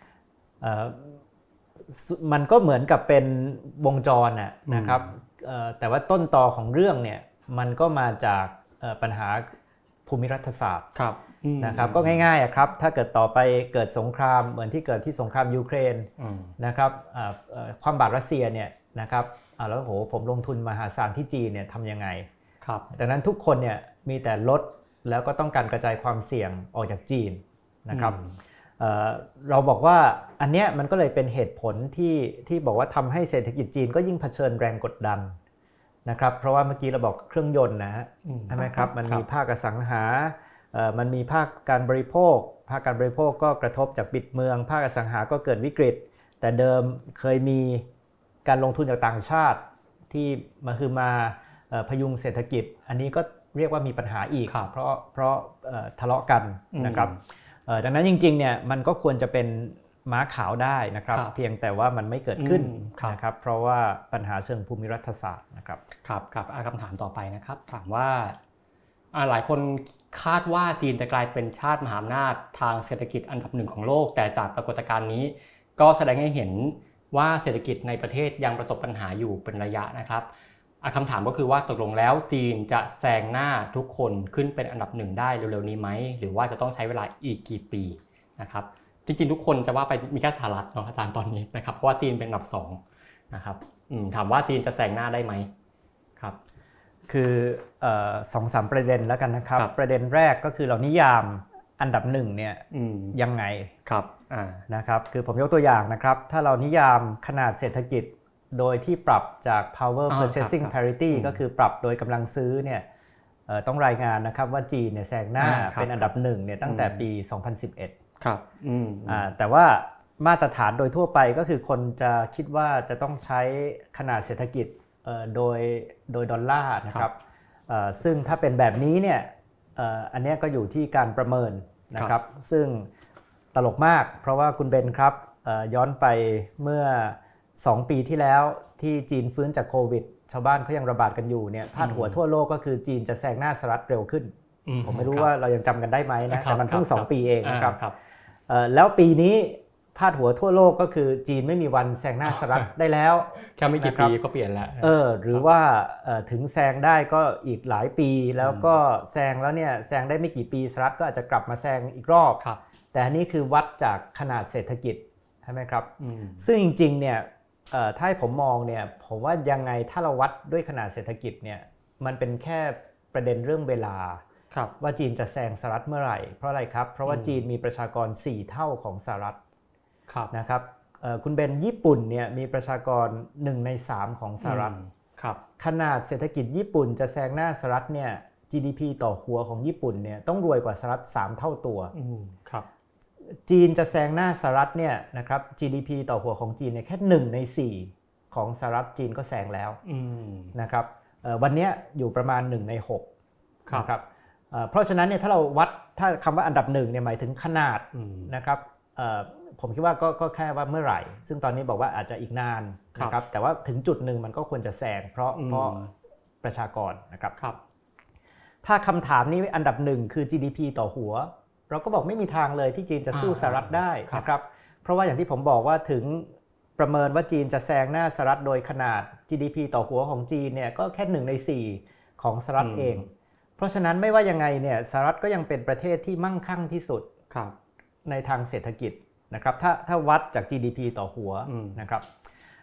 Speaker 2: มันก็เหมือนกับเป็นวงจรนะครับแต่ว่าต้นตอของเรื่องเนี่ยมันก็มาจากปัญหาภูมิรัฐศาสตร์นะครับก็ง่ายๆครับถ้าเกิดต่อไปเกิดสงครามเหมือนที่เกิดที่สงครามยูเครนนะครับความบาดรัสเซียเนี่ยนะครับแล้วโหผมลงทุนมหาศาลที่จีนเนี่ยทำยังไงดังนั้นทุกคนเนี่ยมีแต่ลดแล้วก็ต้องการกระจายความเสี่ยงออกจากจีนนะครับเ, เราบอกว่าอันเนี้ยมันก็เลยเป็นเหตุผลที่ที่บอกว่าทำให้เศรษฐกิจจีนก็ยิ่งเผชิญแรงกดดันนะครับเพราะว่าเมื่อกี้เราบอกเครื่องยนต์นะฮะใช่ไหมครับมันมีภาคอสังหามันมีภาคการบริโภคภาคการบริโภคก็กระทบจากปิดเมืองภาคอสังหาก็เกิดวิกฤตแต่เดิมเคยมีการลงทุนจากต่างชาติที่มาคือมาพยุงเศรษฐกิจอันนี้ก็เรียกว่ามีปัญหาอีกเพราะเพราะทะเลาะกันนะครับดังนั้นจริงๆเนี่ยมันก็ควรจะเป็นม้าขาวได้นะครับเพียงแต่ว่ามันไม่เกิดขึ้นนะครับเพราะว่าปัญหาเชิงภูมิรัฐศาสตร์นะครับ
Speaker 1: ครับครับคำถามต่อไปนะครับถามว่าหลายคนคาดว่าจีนจะกลายเป็นชาติมหาอำนาจทางเศรษฐกิจอันดับหนึ่งของโลกแต่จากปรากฏการณ์นี้ก็แสดงให้เห็นว่าเศรษฐกิจในประเทศยังประสบปัญหาอยู่เป็นระยะนะครับคำถามก็คือว่าตกลงแล้วจีนจะแซงหน้าทุกคนขึ้นเป็นอันดับหนึ่งได้เร็วๆนี้ไหมหรือว่าจะต้องใช้เวลาอีกกี่ปีนะครับจริงๆทุกคนจะว่าไปมีแค่สหรัฐเนาะอาจารย์ตอนนี้นะครับเพราะว่าจีนเป็นอันดับสองนะครับถามว่าจีนจะแซงหน้าได้ไหมครับ
Speaker 2: คือสองสามประเด็นแล้วกันนะครับประเด็นแรกก็คือเรานิยามอันดับหนึ่งเนี่ยยังไง
Speaker 1: ครับ
Speaker 2: นะครับคือผมยกตัวอย่างนะครับถ้าเรานิยามขนาดเศรษฐกิจโดยที่ปรับจาก power purchasing parity ก็คือปรับโดยกำลังซื้อเนี่ยต้องรายงานนะครับว่าจีนเนี่ยแซงหน้าเป็นอันดับหนึ่งเนี่ยตั้งแต่ปีสองพันสิบเอ็ด
Speaker 1: ครับ
Speaker 2: แต่ว่ามาตรฐานโดยทั่วไปก็คือคนจะคิดว่าจะต้องใช้ขนาดเศรษฐกิจโดยโดยดอลลาร์นะครับซึ่งถ้าเป็นแบบนี้เนี่ยอันนี้ก็อยู่ที่การประเมินนะครับซึ่งตลกมากเพราะว่าคุณเบนครับย้อนไปเมื่อสองปีที่แล้วที่จีนฟื้นจากโควิดชาวบ้านเขายังระบาดกันอยู่เนี่ยพาดหัวทั่วโลกก็คือจีนจะแซงหน้าสหรัฐเร็วขึ้นผมไม่รู้ว่าเรายังจำกันได้ไหมนะแต่มันเพิ่งสองปีเองนะครับแล้วปีนี้พาดหัวทั่วโลกก็คือจีนไม่มีวันแซงหน้าสหรัฐได้แล้ว
Speaker 1: แค่ไม่กี่ปีก็เปลี่ยนแล้ว
Speaker 2: เออหรือว่าถึงแซงได้ก็อีกหลายปีแล้วก็แซงแล้วเนี่ยแซงได้ไม่กี่ปีสหรัฐก็อาจจะกลับมาแซงอีกรอบแต่อันนี้คือวัดจากขนาดเศรษฐกิจใช่ไหมครับซึ่งจริงๆเนี่ยถ้าให้ผมมองเนี่ยผมว่ายังไงถ้าเราวัดด้วยขนาดเศรษฐกิจเนี่ยมันเป็นแค่ประเด็นเรื่องเวลาว่าจีนจะแซงสหรัฐเมื่อไหร่เพราะอะไรครับเพราะว่าจีนมีประชากรสี่เท่าของสหรัฐนะครับคุณเบนญี่ปุ่นเนี่ยมีประชากรหนึ่งในสามของสหรัฐขนาดเศรษฐกิจญี่ปุ่นจะแซงหน้าสหรัฐเนี่ย จี ดี พี ต่อหัวของญี่ปุ่นเนี่ยต้องรวยกว่าสหรัฐสามเท่าตัวจีนจะแซงหน้าสหรัฐเนี่ยนะครับ จี ดี พี ต่อหัวของจีนเนี่ยแค่หนึ่งในสี่ของสหรัฐจีนก็แซงแล้วนะครับวันนี้อยู่ประมาณหนึ่งในหกนะครับเพราะฉะนั้นเนี่ยถ้าเราวัดถ้าคำว่าอันดับหนึ่งเนี่ยหมายถึงขนาดนะครับผมคิดว่าก็ก็แค่ว่าเมื่อไหร่ซึ่งตอนนี้บอกว่าอาจจะอีกนานนะครับแต่ว่าถึงจุดหนึ่งมันก็ควรจะแซงเพราะเพราะประชากรนะครับถ้าคำถามนี้อันดับหนึ่งคือ จี ดี พี ต่อหัวเราก็บอกไม่มีทางเลยที่จีนจะสู้สหรัฐได้นะครับเพราะว่าอย่างที่ผมบอกว่าถึงประเมินว่าจีนจะแซงหน้าสหรัฐโดยขนาด จี ดี พี ต่อหัวของจีนเนี่ยก็แค่หนึ่งในสี่ของสหรัฐเองเพราะฉะนั้นไม่ว่ายังไงเนี่ยสหรัฐก็ยังเป็นประเทศที่มั่งคั่งที่สุดในทางเศรษฐกิจนะครับถ้าถ้าวัดจาก จี ดี พี ต่อหัวนะครับ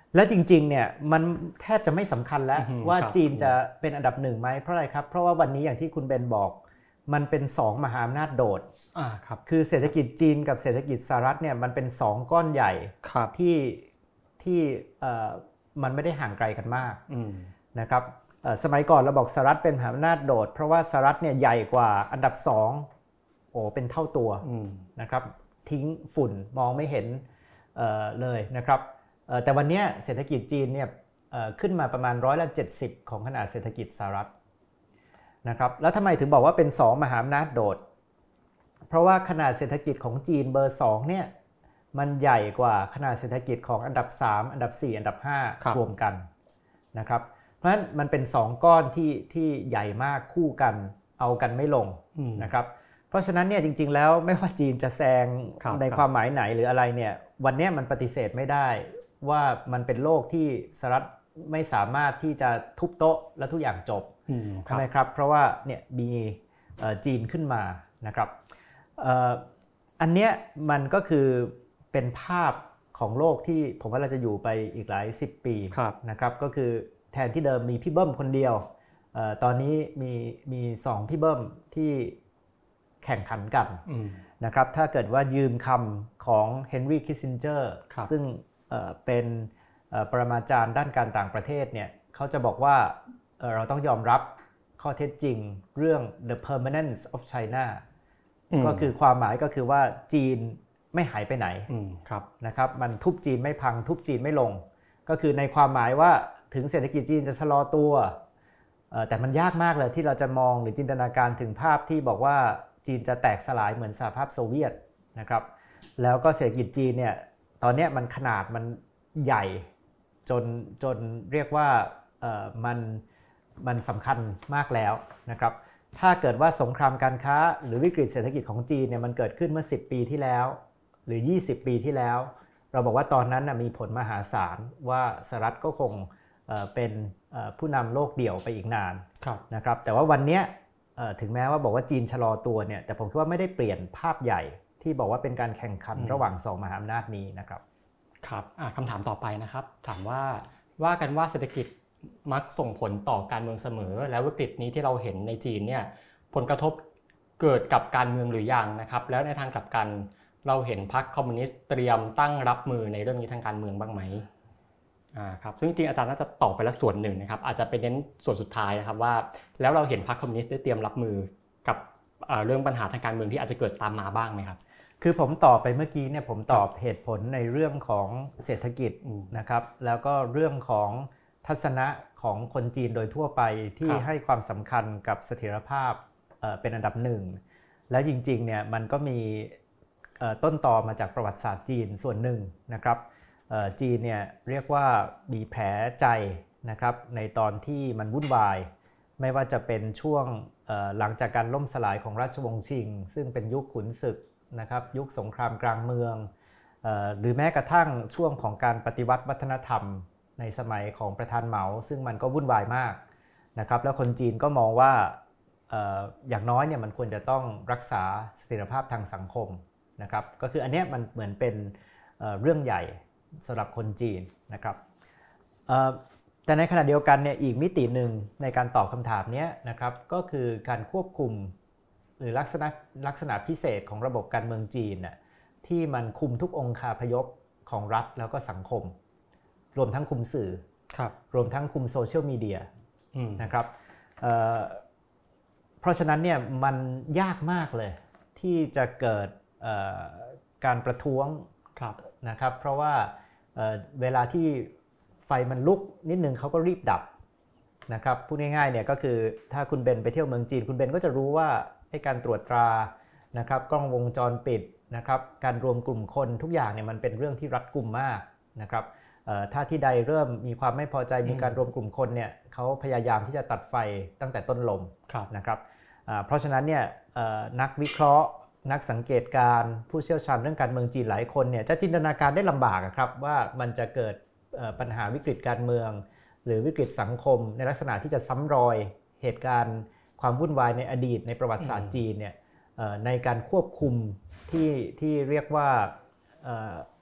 Speaker 2: และจริงๆเนี่ยมันแทบจะไม่สำคัญแล้วว่าจีนจะเป็นอันดับหนึ่งไหมเพราะอะไรครับเพราะว่าวันนี้อย่างที่คุณเบนบอกมันเป็นสองมหาอำนาจโดด
Speaker 1: อ่าครับ
Speaker 2: คือเศรษฐกิจจีนกับเศรษฐกิจสหรัฐเนี่ยมันเป็นสองก้อนใหญ่ที่ที่เอ่อมันไม่ได้ห่างไกลกันมากนะครับสมัยก่อนเราบอกสหรัฐเป็นมหาอำนาจโดดเพราะว่าสหรัฐเนี่ยใหญ่กว่าอันดับสองโอ้เป็นเท่าตัวนะครับทิ้งฝุ่นมองไม่เห็นเอ่อเลยนะครับแต่วันนี้เศรษฐกิจจีนเนี่ยขึ้นมาประมาณร้อยละเจ็ดสิบของขนาดเศรษฐกิจสหรัฐนะครับแล้วทำไมถึงบอกว่าเป็นสองมหาอำนาจโดดเพราะว่าขนาดเศรษฐกิจของจีนเบอร์สองเนี่ยมันใหญ่กว่าขนาดเศรษฐกิจของอันดับสามอันดับสี่อันดับห้ารวมกันนะครับเพราะฉะนั้นมันเป็นสองก้อนที่ที่ใหญ่มากคู่กันเอากันไม่ลงนะครับเพราะฉะนั้นเนี่ยจริงๆแล้วไม่ว่าจีนจะแซงในความหมายไหนหรืออะไรเนี่ยวันนี้มันปฏิเสธไม่ได้ว่ามันเป็นโลกที่สหรัฐไม่สามารถที่จะทุบโต๊ะและทุกอย่างจบใช่ไหมครับเพราะว่าเนี่ยมีจีนขึ้นมานะครับอันเนี้ยมันก็คือเป็นภาพของโลกที่ผมว่าเราจะอยู่ไปอีกหลายสิบปีนะครับก็คือแทนที่เดิมมีพี่เบิ้มคนเดียวตอนนี้มีมีสองพี่เบิ้มที่แข่งขันกันนะครับถ้าเกิดว่ายืมคำของเฮนรี่คิสซินเจอร์ซึ่งเป็นปรมาจารย์ด้านการต่างประเทศเนี่ยเขาจะบอกว่าเราต้องยอมรับข้อเท็จจริงเรื่อง the permanence of China ก็คือความหมายก็คือว่าจีนไม่หายไปไหนนะครับมันทุบจีนไม่พังทุบจีนไม่ลงก็คือในความหมายว่าถึงเศรษฐกิจจีนจะชะลอตัวแต่มันยากมากเลยที่เราจะมองหรือจินตนาการถึงภาพที่บอกว่าจีนจะแตกสลายเหมือนสหภาพโซเวียตนะครับแล้วก็เศรษฐกิจจีนเนี่ยตอนนี้มันขนาดมันใหญ่จนจนเรียกว่ามันมันสำคัญมากแล้วนะครับถ้าเกิดว่าสงครามการค้าหรือวิกฤตเศรษฐกิจของจีนเนี่ยมันเกิดขึ้นเมื่อสิบปีที่แล้วหรือยี่สิบปีที่แล้วเราบอกว่าตอนนั้นมีผลมหาศาลว่าสหรัฐก็คงเป็นผู้นำโลกเดี่ยวไปอีกนานนะครับแต่ว่าวันนี้ถึงแม้ว่าบอกว่าจีนชะลอตัวเนี่ยแต่ผมคิดว่าไม่ได้เปลี่ยนภาพใหญ่ที่บอกว่าเป็นการแข่งขันระหว่างสองมหาอำนาจนี้นะครับ
Speaker 1: ครับคำถามต่อไปนะครับถามว่าว่ากันว่าเศรษฐกิจมักส่งผลต่อการเมืองเสมอแล้ววิกฤตนี้ที่เราเห็นในจีนเนี่ยผลกระทบเกิดกับการเมืองหรือยังนะครับแล้วในทางกลับกันเราเห็นพรรคคอมมิวนิสต์เตรียมตั้งรับมือในเรื่องนี้ทางการเมืองบ้างไหมอ่าครับซึ่งจริงๆอาจารย์น่าจะตอบไปแล้วส่วนหนึ่งนะครับอาจจะเป็นเน้นส่วนสุดท้ายนะครับว่าแล้วเราเห็นพรรคคอมมิวนิสต์ได้เตรียมรับมือกับเรื่องปัญหาทางการเมืองที่อาจจะเกิดตามมาบ้างไหมครับ
Speaker 2: คือผมตอบไปเมื่อกี้เนี่ยผมตอบเหตุผลในเรื่องของเศรษฐกิจนะครับแล้วก็เรื่องของทัศนะของคนจีนโดยทั่วไปที่ให้ความสำคัญกับเสถียรภาพเป็นอันดับหนึ่งและจริงๆเนี่ยมันก็มีต้นตอมาจากประวัติศาสตร์จีนส่วนหนึ่งนะครับจีนเนี่ยเรียกว่ามีแผลใจนะครับในตอนที่มันวุ่นวายไม่ว่าจะเป็นช่วงหลังจากการล่มสลายของราชวงศ์ชิงซึ่งเป็นยุคขุนศึกนะครับยุคสงครามกลางเมืองหรือแม้กระทั่งช่วงของการปฏิวัติวัฒนธรรมในสมัยของประธานเหมาซึ่งมันก็วุ่นวายมากนะครับแล้วคนจีนก็มองว่าอย่างน้อยเนี่ยมันควรจะต้องรักษาเสถียรภาพทางสังคมนะครับก็คืออันนี้มันเหมือนเป็นเรื่องใหญ่สำหรับคนจีนนะครับแต่ในขณะเดียวกันเนี่ยอีกมิติหนึ่งในการตอบคำถามนี้นะครับก็คือการควบคุมหรือลักษณะลักษณะพิเศษของระบบการเมืองจีนน่ะที่มันคุมทุกองคาพยพของรัฐแล้วก็สังคมรวมทั้งคุมสื่อรวมทั้งคุมโซเชียลมีเดียนะครับ เ, เพราะฉะนั้นเนี่ยมันยากมากเลยที่จะเกิดการประท้วงนะครับเพราะว่า เ, เวลาที่ไฟมันลุกนิดนึงเขาก็รีบดับนะครับพูดง่ายๆเนี่ยก็คือถ้าคุณเบนไปเที่ยวเมืองจีนคุณเบนก็จะรู้ว่าให้การตรวจตรานะครับกล้องวงจรปิดนะครับการรวมกลุ่มคนทุกอย่างเนี่ยมันเป็นเรื่องที่รัดกุมมากนะครับถ้าที่ใดเริ่มมีความไม่พอใจมีการรวมกลุ่มคนเนี่ยเขาพยายามที่จะตัดไฟตั้งแต่ต้นลมนะครับเพราะฉะนั้นเนี่ยนักวิเคราะห์นักสังเกตการผู้เชี่ยวชาญเรื่องการเมืองจีนหลายคนเนี่ยจะจินตนาการได้ลำบากครับว่ามันจะเกิดปัญหาวิกฤตการเมืองหรือวิกฤตสังคมในลักษณะที่จะซ้ำรอยเหตุการณ์ความวุ่นวายในอดีตในประวัติศาสตร์จีนเนี่ยในการควบคุมที่ที่เรียกว่า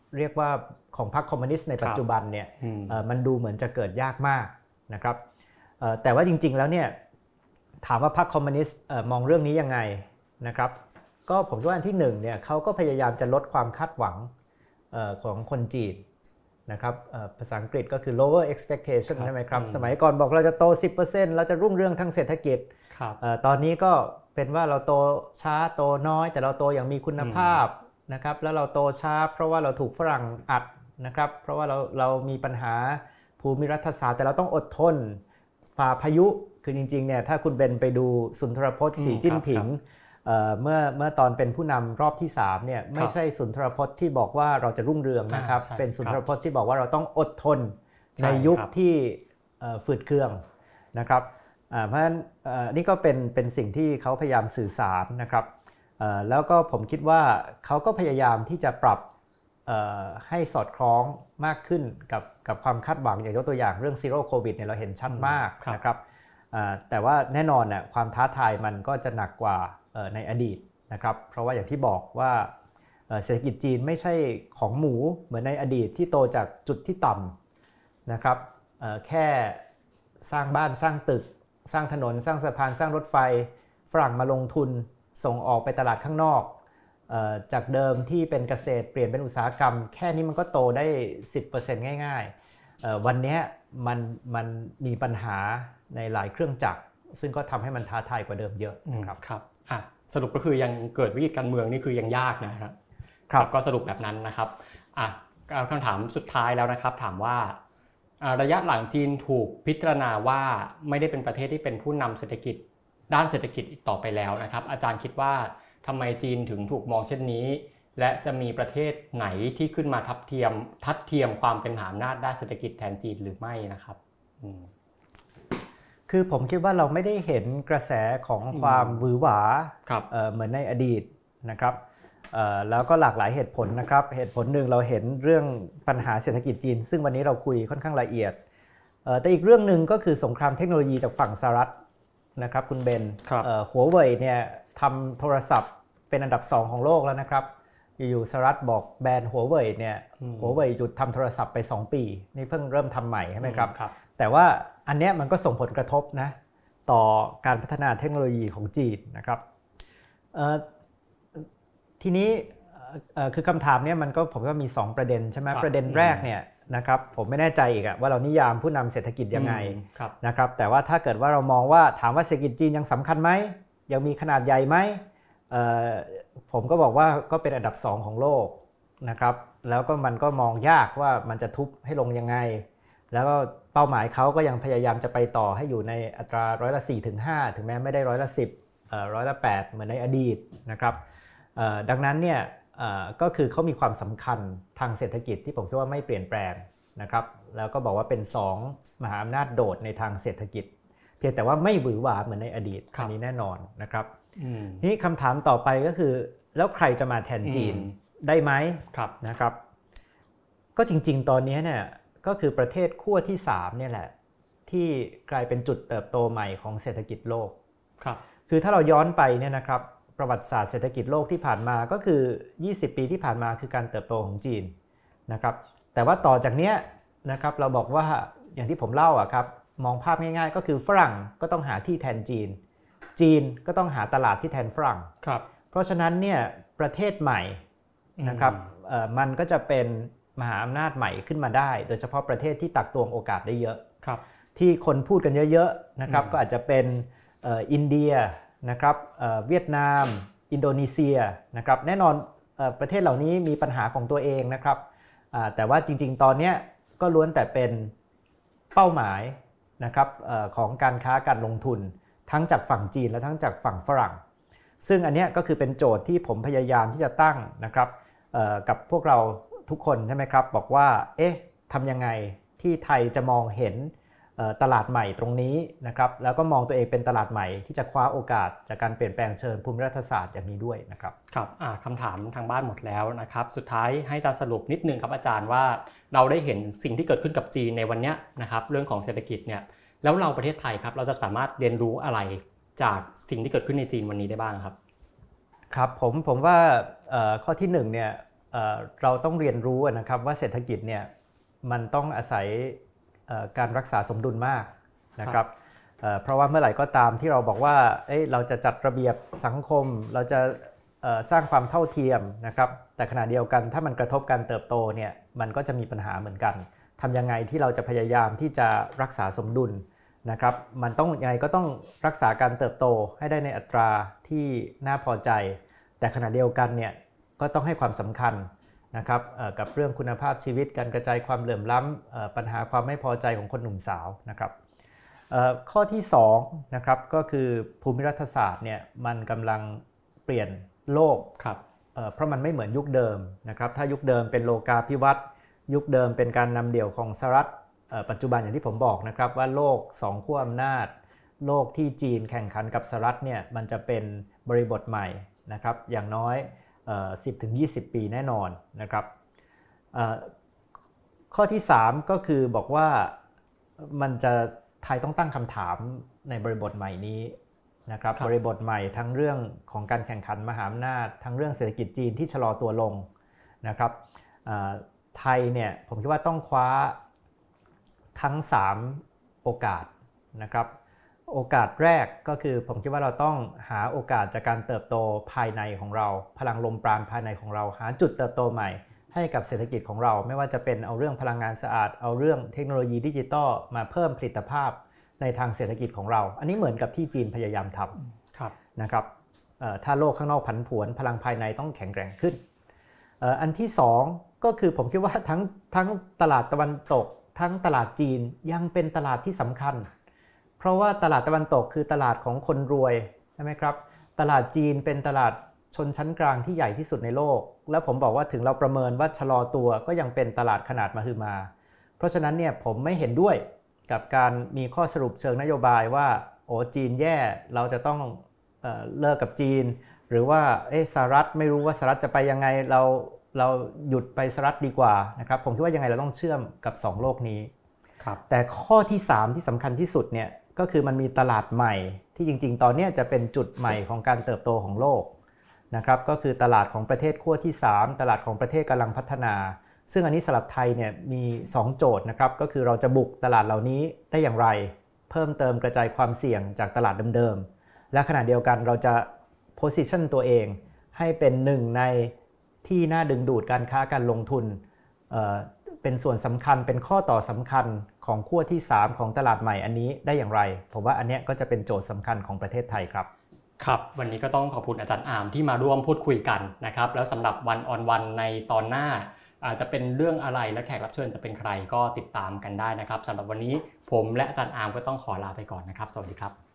Speaker 2: เรียกว่าของพรรคคอมมิวนิสต์ในปัจจุบันเนี่ยมันดูเหมือนจะเกิดยากมากนะครับแต่ว่าจริงๆแล้วเนี่ยถามว่าพรรคคอมมิวนิสต์มองเรื่องนี้ยังไงนะครับก็ผมว่าอันที่หนึ่งเนี่ยเขาก็พยายามจะลดความคาดหวังของคนจีนนะครับภาษาอังกฤษก็คือ lower expectation ใช่ไหมครับสมัยก่อนบอกเราจะโต สิบเปอร์เซ็นต์ เราจะรุ่งเรืองทางเศรษฐกิจตอนนี้ก็เป็นว่าเราโตช้าโตน้อยแต่เราโตอย่างมีคุณภาพนะครับแล้วเราโตช้าเพราะว่าเราถูกฝรั่งอัดนะครับเพราะว่าเราเรามีปัญหาภูมิรัฐศาสตร์แต่เราต้องอดทนฝ่าพายุคือจริงๆเนี่ยถ้าคุณเบนไปดูสุนทรพจน์สีจิ้นผิงเมื่อเมื่อตอนเป็นผู้นำรอบที่สามเนี่ยไม่ใช่สุนทรพจน์ที่บอกว่าเราจะรุ่งเรืองนะครับเป็นสุนทรพจน์ที่บอกว่าเราต้องอดทนในยุคที่ฝืดเคืองนะครับเพราะฉะนั้นนี่ก็เป็นเป็นสิ่งที่เขาพยายามสื่อสารนะครับแล้วก็ผมคิดว่าเขาก็พยายามที่จะปรับให้สอดคล้องมากขึ้นกับกับความคาดหวังอย่างยกตัวอย่างเรื่องซีโร่โควิดเนี่ยเราเห็นชัดมากนะครับแต่ว่าแน่นอนน่ะความท้าทายมันก็จะหนักกว่าในอดีตนะครับเพราะว่าอย่างที่บอกว่าเศรษฐกิจจีนไม่ใช่ของหมูเหมือนในอดีตที่โตจากจุดที่ต่ำนะครับแค่สร้างบ้านสร้างตึกสร้างถนนสร้างสะพานสร้างรถไฟฝรั่งมาลงทุนส่งออกไปตลาดข้างนอกจากเดิมที่เป็นเกษตรเปลี่ยนเป็นอุตสาหกรรมแค่นี้มันก็โตได้ สิบเปอร์เซ็นต์ ง่ายๆวันนี้มันมันมีปัญหาในหลายเครื่องจักรซึ่งก็ทำให้มันท้าทายกว่าเดิมเยอะครับ
Speaker 1: ครับอ่ะสรุปก็คือยังเกิดวิกฤตการเมืองนี่คือยังยากนะครับครับก็สรุปแบบนั้นนะครับอ่ะคำถามสุดท้ายแล้วนะครับถามว่าระยะหลังจีนถูกพิจารณาว่าไม่ได้เป็นประเทศที่เป็นผู้นำเศรษฐกิจด้านเศรษฐกิจอีกต่อไปแล้วนะครับอาจารย์คิดว่าทำไมจีนถึงถูกมองเช่นนี้และจะมีประเทศไหนที่ขึ้นมาทัดเทียมทัดเทียมความเป็นมหาอำนาจด้านเศรษฐกิจแทนจีนหรือไม่นะครับ
Speaker 2: คือผมคิดว่าเราไม่ได้เห็นกระแสของความหวือหวาเหมือนในอดีตนะครับแล้วก็หลากหลายเหตุผลนะครับเหตุผลหนึ่งเราเห็นเรื่องปัญหาเศรษฐกิจจีนซึ่งวันนี้เราคุยค่อนข้างละเอียดแต่อีกเรื่องหนึ่งก็คือสงครามเทคโนโลยีจากฝั่งสหรัฐนะครับคุณเบนหัวเว่ยเนี่ยทำโทรศัพท์เป็นอันดับสองของโลกแล้วนะครับอยู่ๆสหรัฐบอกแบนหัวเว่ยเนี่ยหัวเว่ยหยุดทำโทรศัพท์ไปสองปีนี่เพิ่งเริ่มทำใหม่ใช่ไหมครับแต่ว่าอันเนี้ยมันก็ส่งผลกระทบนะต่อการพัฒนาเทคโนโลยีของจีนนะครับทีนี้คือคำถามเนี้ยมันก็ผมก็มีสองประเด็นใช่ไหมประเด็นแรกเนี่ยนะครับผมไม่แน่ใจอีกอะว่าเรานิยามผู้นำเศรษฐกิจยังไงนะครับแต่ว่าถ้าเกิดว่าเรามองว่าถามว่าเศรษฐกิจจีนยังสำคัญไหมยังมีขนาดใหญ่ไหมผมก็บอกว่าก็เป็นอันดับสองของโลกนะครับแล้วก็มันก็มองยากว่ามันจะทุบให้ลงยังไงแล้วก็เป้าหมายเขาก็ยังพยายามจะไปต่อให้อยู่ในอัตราร้อยละสี่ถึงห้าถึงแม้ไม่ได้ร้อยละสิบร้อยละแปดเหมือนในอดีตนะครับดังนั้นเนี่ยก็คือเขามีความสำคัญทางเศรษฐกิจที่ผมคิดว่าไม่เปลี่ยนแปลงนะครับแล้วก็บอกว่าเป็นสองมหาอำนาจโดดในทางเศรษฐกิจเพียงแต่ว่าไม่หวือหวาเหมือนในอดีตอันนี้แน่นอนนะครับนี่คำถามต่อไปก็คือแล้วใครจะมาแทนจีนได้ไหมนะครับก็จริงๆตอนนี้เนี่ยก็คือประเทศขั้วที่สามเนี่ยแหละที่กลายเป็นจุดเติบโตใหม่ของเศรษฐกิจโลกครับคือถ้าเราย้อนไปเนี่ยนะครับประวัติศาสตร์เศรษฐกิจโลกที่ผ่านมาก็คือยี่สิบปีที่ผ่านมาคือการเติบโตของจีนนะครับแต่ว่าต่อจากเนี้ยนะครับเราบอกว่าอย่างที่ผมเล่าอ่ะครับมองภาพง่ายๆก็คือฝรั่งก็ต้องหาที่แทนจีนจีนก็ต้องหาตลาดที่แทนฝรั่งครับเพราะฉะนั้นเนี่ยประเทศใหม่นะครับเอ่อมันก็จะเป็นมหาอำนาจใหม่ขึ้นมาได้โดยเฉพาะประเทศที่ตักตวงโอกาสได้เยอะครับที่คนพูดกันเยอะๆนะครับก็อาจจะเป็นเอ่ออินเดียนะครับเอ่อเวียดนามอินโดนีเซียนะครับแน่นอนเอ่อประเทศเหล่านี้มีปัญหาของตัวเองนะครับอ่าแต่ว่าจริงๆตอนนี้ก็ล้วนแต่เป็นเป้าหมายนะครับเอ่อของการค้าการลงทุนทั้งจากฝั่งจีนและทั้งจากฝั่งฝรั่งซึ่งอันนี้ก็คือเป็นโจทย์ที่ผมพยายามที่จะตั้งนะครับเอ่อกับพวกเราทุกคนใช่ไหมครับบอกว่าเอ๊ะทำยังไงที่ไทยจะมองเห็นตลาดใหม่ตรงนี้นะครับแล้วก็มองตัวเองเป็นตลาดใหม่ที่จะคว้าโอกาสจากการเปลี่ยนแปลงเชิงภูมิรัฐศาสตร์อย่างนี้ด้วยนะครับ
Speaker 1: ครับคำถามทางบ้านหมดแล้วนะครับสุดท้ายให้อาจารย์สรุปนิดนึงครับอาจารย์ว่าเราได้เห็นสิ่งที่เกิดขึ้นกับจีนในวันนี้นะครับเรื่องของเศรษฐกิจเนี่ยแล้วเราประเทศไทยครับเราจะสามารถเรียนรู้อะไรจากสิ่งที่เกิดขึ้นในจีนวันนี้ได้บ้างครับ
Speaker 2: ครับผมผมว่าข้อที่หนึ่งเนี่ยเอ่อเราต้องเรียนรู้นะครับว่าเศรษฐกิจเนี่ยมันต้องอาศัยเอ่อการรักษาสมดุลมากนะครับเอ่อเพราะว่าเมื่อไหร่ก็ตามที่เราบอกว่าเอ้ยเราจะจัดระเบียบสังคมเราจะเอ่อสร้างความเท่าเทียมนะครับแต่ขณะเดียวกันถ้ามันกระทบการเติบโตเนี่ยมันก็จะมีปัญหาเหมือนกันทำยังไงที่เราจะพยายามที่จะรักษาสมดุลนะครับมันต้องยังไงก็ต้องรักษาการเติบโตให้ได้ในอัตราที่น่าพอใจแต่ขณะเดียวกันเนี่ยก็ต้องให้ความสำคัญนะครับกับเรื่องคุณภาพชีวิตการกระจายความเหลื่อมล้ำปัญหาความไม่พอใจของคนหนุ่มสาวนะครับข้อที่สองนะครับก็คือภูมิรัฐศาสตร์เนี่ยมันกำลังเปลี่ยนโลกเพราะมันไม่เหมือนยุคเดิมนะครับถ้ายุคเดิมเป็นโลกาภิวัตน์ยุคเดิมเป็นการนำเดี่ยวของสหรัฐปัจจุบันอย่างที่ผมบอกนะครับว่าโลกสองขั้วอำนาจโลกที่จีนแข่งขันกับสหรัฐเนี่ยมันจะเป็นบริบทใหม่นะครับอย่างน้อย สิบถึงยี่สิบ ปีแน่นอนนะครับข้อที่สามก็คือบอกว่ามันจะไทยต้องตั้งคำถามในบริบทใหม่นี้นะครับบริบทใหม่ทั้งเรื่องของการแข่งขันมหาอำนาจทั้งเรื่องเศรษฐกิจจีนที่ชะลอตัวลงนะครับไทยเนี่ยผมคิดว่าต้องคว้าทั้งสามโอกาสนะครับโอกาสแรกก็คือผมคิดว่าเราต้องหาโอกาสจากการเติบโตภายในของเราพลังลมปราณภายในของเราหาจุดเติบโตใหม่ให้กับเศรษฐกิจของเราไม่ว่าจะเป็นเอาเรื่องพลังงานสะอาดเอาเรื่องเทคโนโลยีดิจิทัลมาเพิ่มผลิตภาพในทางเศรษฐกิจของเราอันนี้เหมือนกับที่จีนพยายามทำนะครับถ้าโลกข้างนอกผันผวนพลังภายในต้องแข็งแกร่งขึ้นอันที่สองก็คือผมคิดว่าทั้งทั้งตลาดตะวันตกทั้งตลาดจีนยังเป็นตลาดที่สำคัญเพราะว่าตลาดตะวันตกคือตลาดของคนรวยใช่ไหมครับตลาดจีนเป็นตลาดชนชั้นกลางที่ใหญ่ที่สุดในโลกแล้วผมบอกว่าถึงเราประเมินว่าชะลอตัวก็ยังเป็นตลาดขนาดมหึมาเพราะฉะนั้นเนี่ยผมไม่เห็นด้วยกับการมีข้อสรุปเชิงนโยบายว่าโอ้จีนแย่เราจะต้องเอ่อเลิกกับจีนหรือว่าเอ๊ะสหรัฐไม่รู้ว่าสหรัฐจะไปยังไงเราเราหยุดไปสหรัฐดีกว่านะครับผมคิดว่ายังไงเราต้องเชื่อมกับสองโลกนี้แต่ข้อที่สามที่สำคัญที่สุดเนี่ยก็คือมันมีตลาดใหม่ที่จริงๆตอนนี้จะเป็นจุดใหม่ของการเติบโตของโลกนะครับก็คือตลาดของประเทศขั้วที่สามตลาดของประเทศกำลังพัฒนาซึ่งอันนี้สำหรับไทยเนี่ยมีสองโจทย์นะครับก็คือเราจะบุกตลาดเหล่านี้ได้อย่างไรเพิ่มเติมกระจายความเสี่ยงจากตลาดเดิมๆและขณะเดียวกันเราจะ position ตัวเองให้เป็นหนึ่งในที่น่าดึงดูดการค้าการลงทุน เอ่อ เป็นส่วนสำคัญเป็นข้อต่อสำคัญของขั้วที่สามของตลาดใหม่อันนี้ได้อย่างไรผมว่าอันนี้ก็จะเป็นโจทย์สำคัญของประเทศไทยครับ
Speaker 1: ครับวันนี้ก็ต้องขอบคุณอาจารย์อามที่มาร่วมพูดคุยกันนะครับแล้วสำหรับวันออนวันในตอนหน้าอาจจะเป็นเรื่องอะไรและแขกรับเชิญจะเป็นใครก็ติดตามกันได้นะครับสำหรับวันนี้ผมและอาจารย์อามก็ต้องขอลาไปก่อนนะครับสวัสดีครับ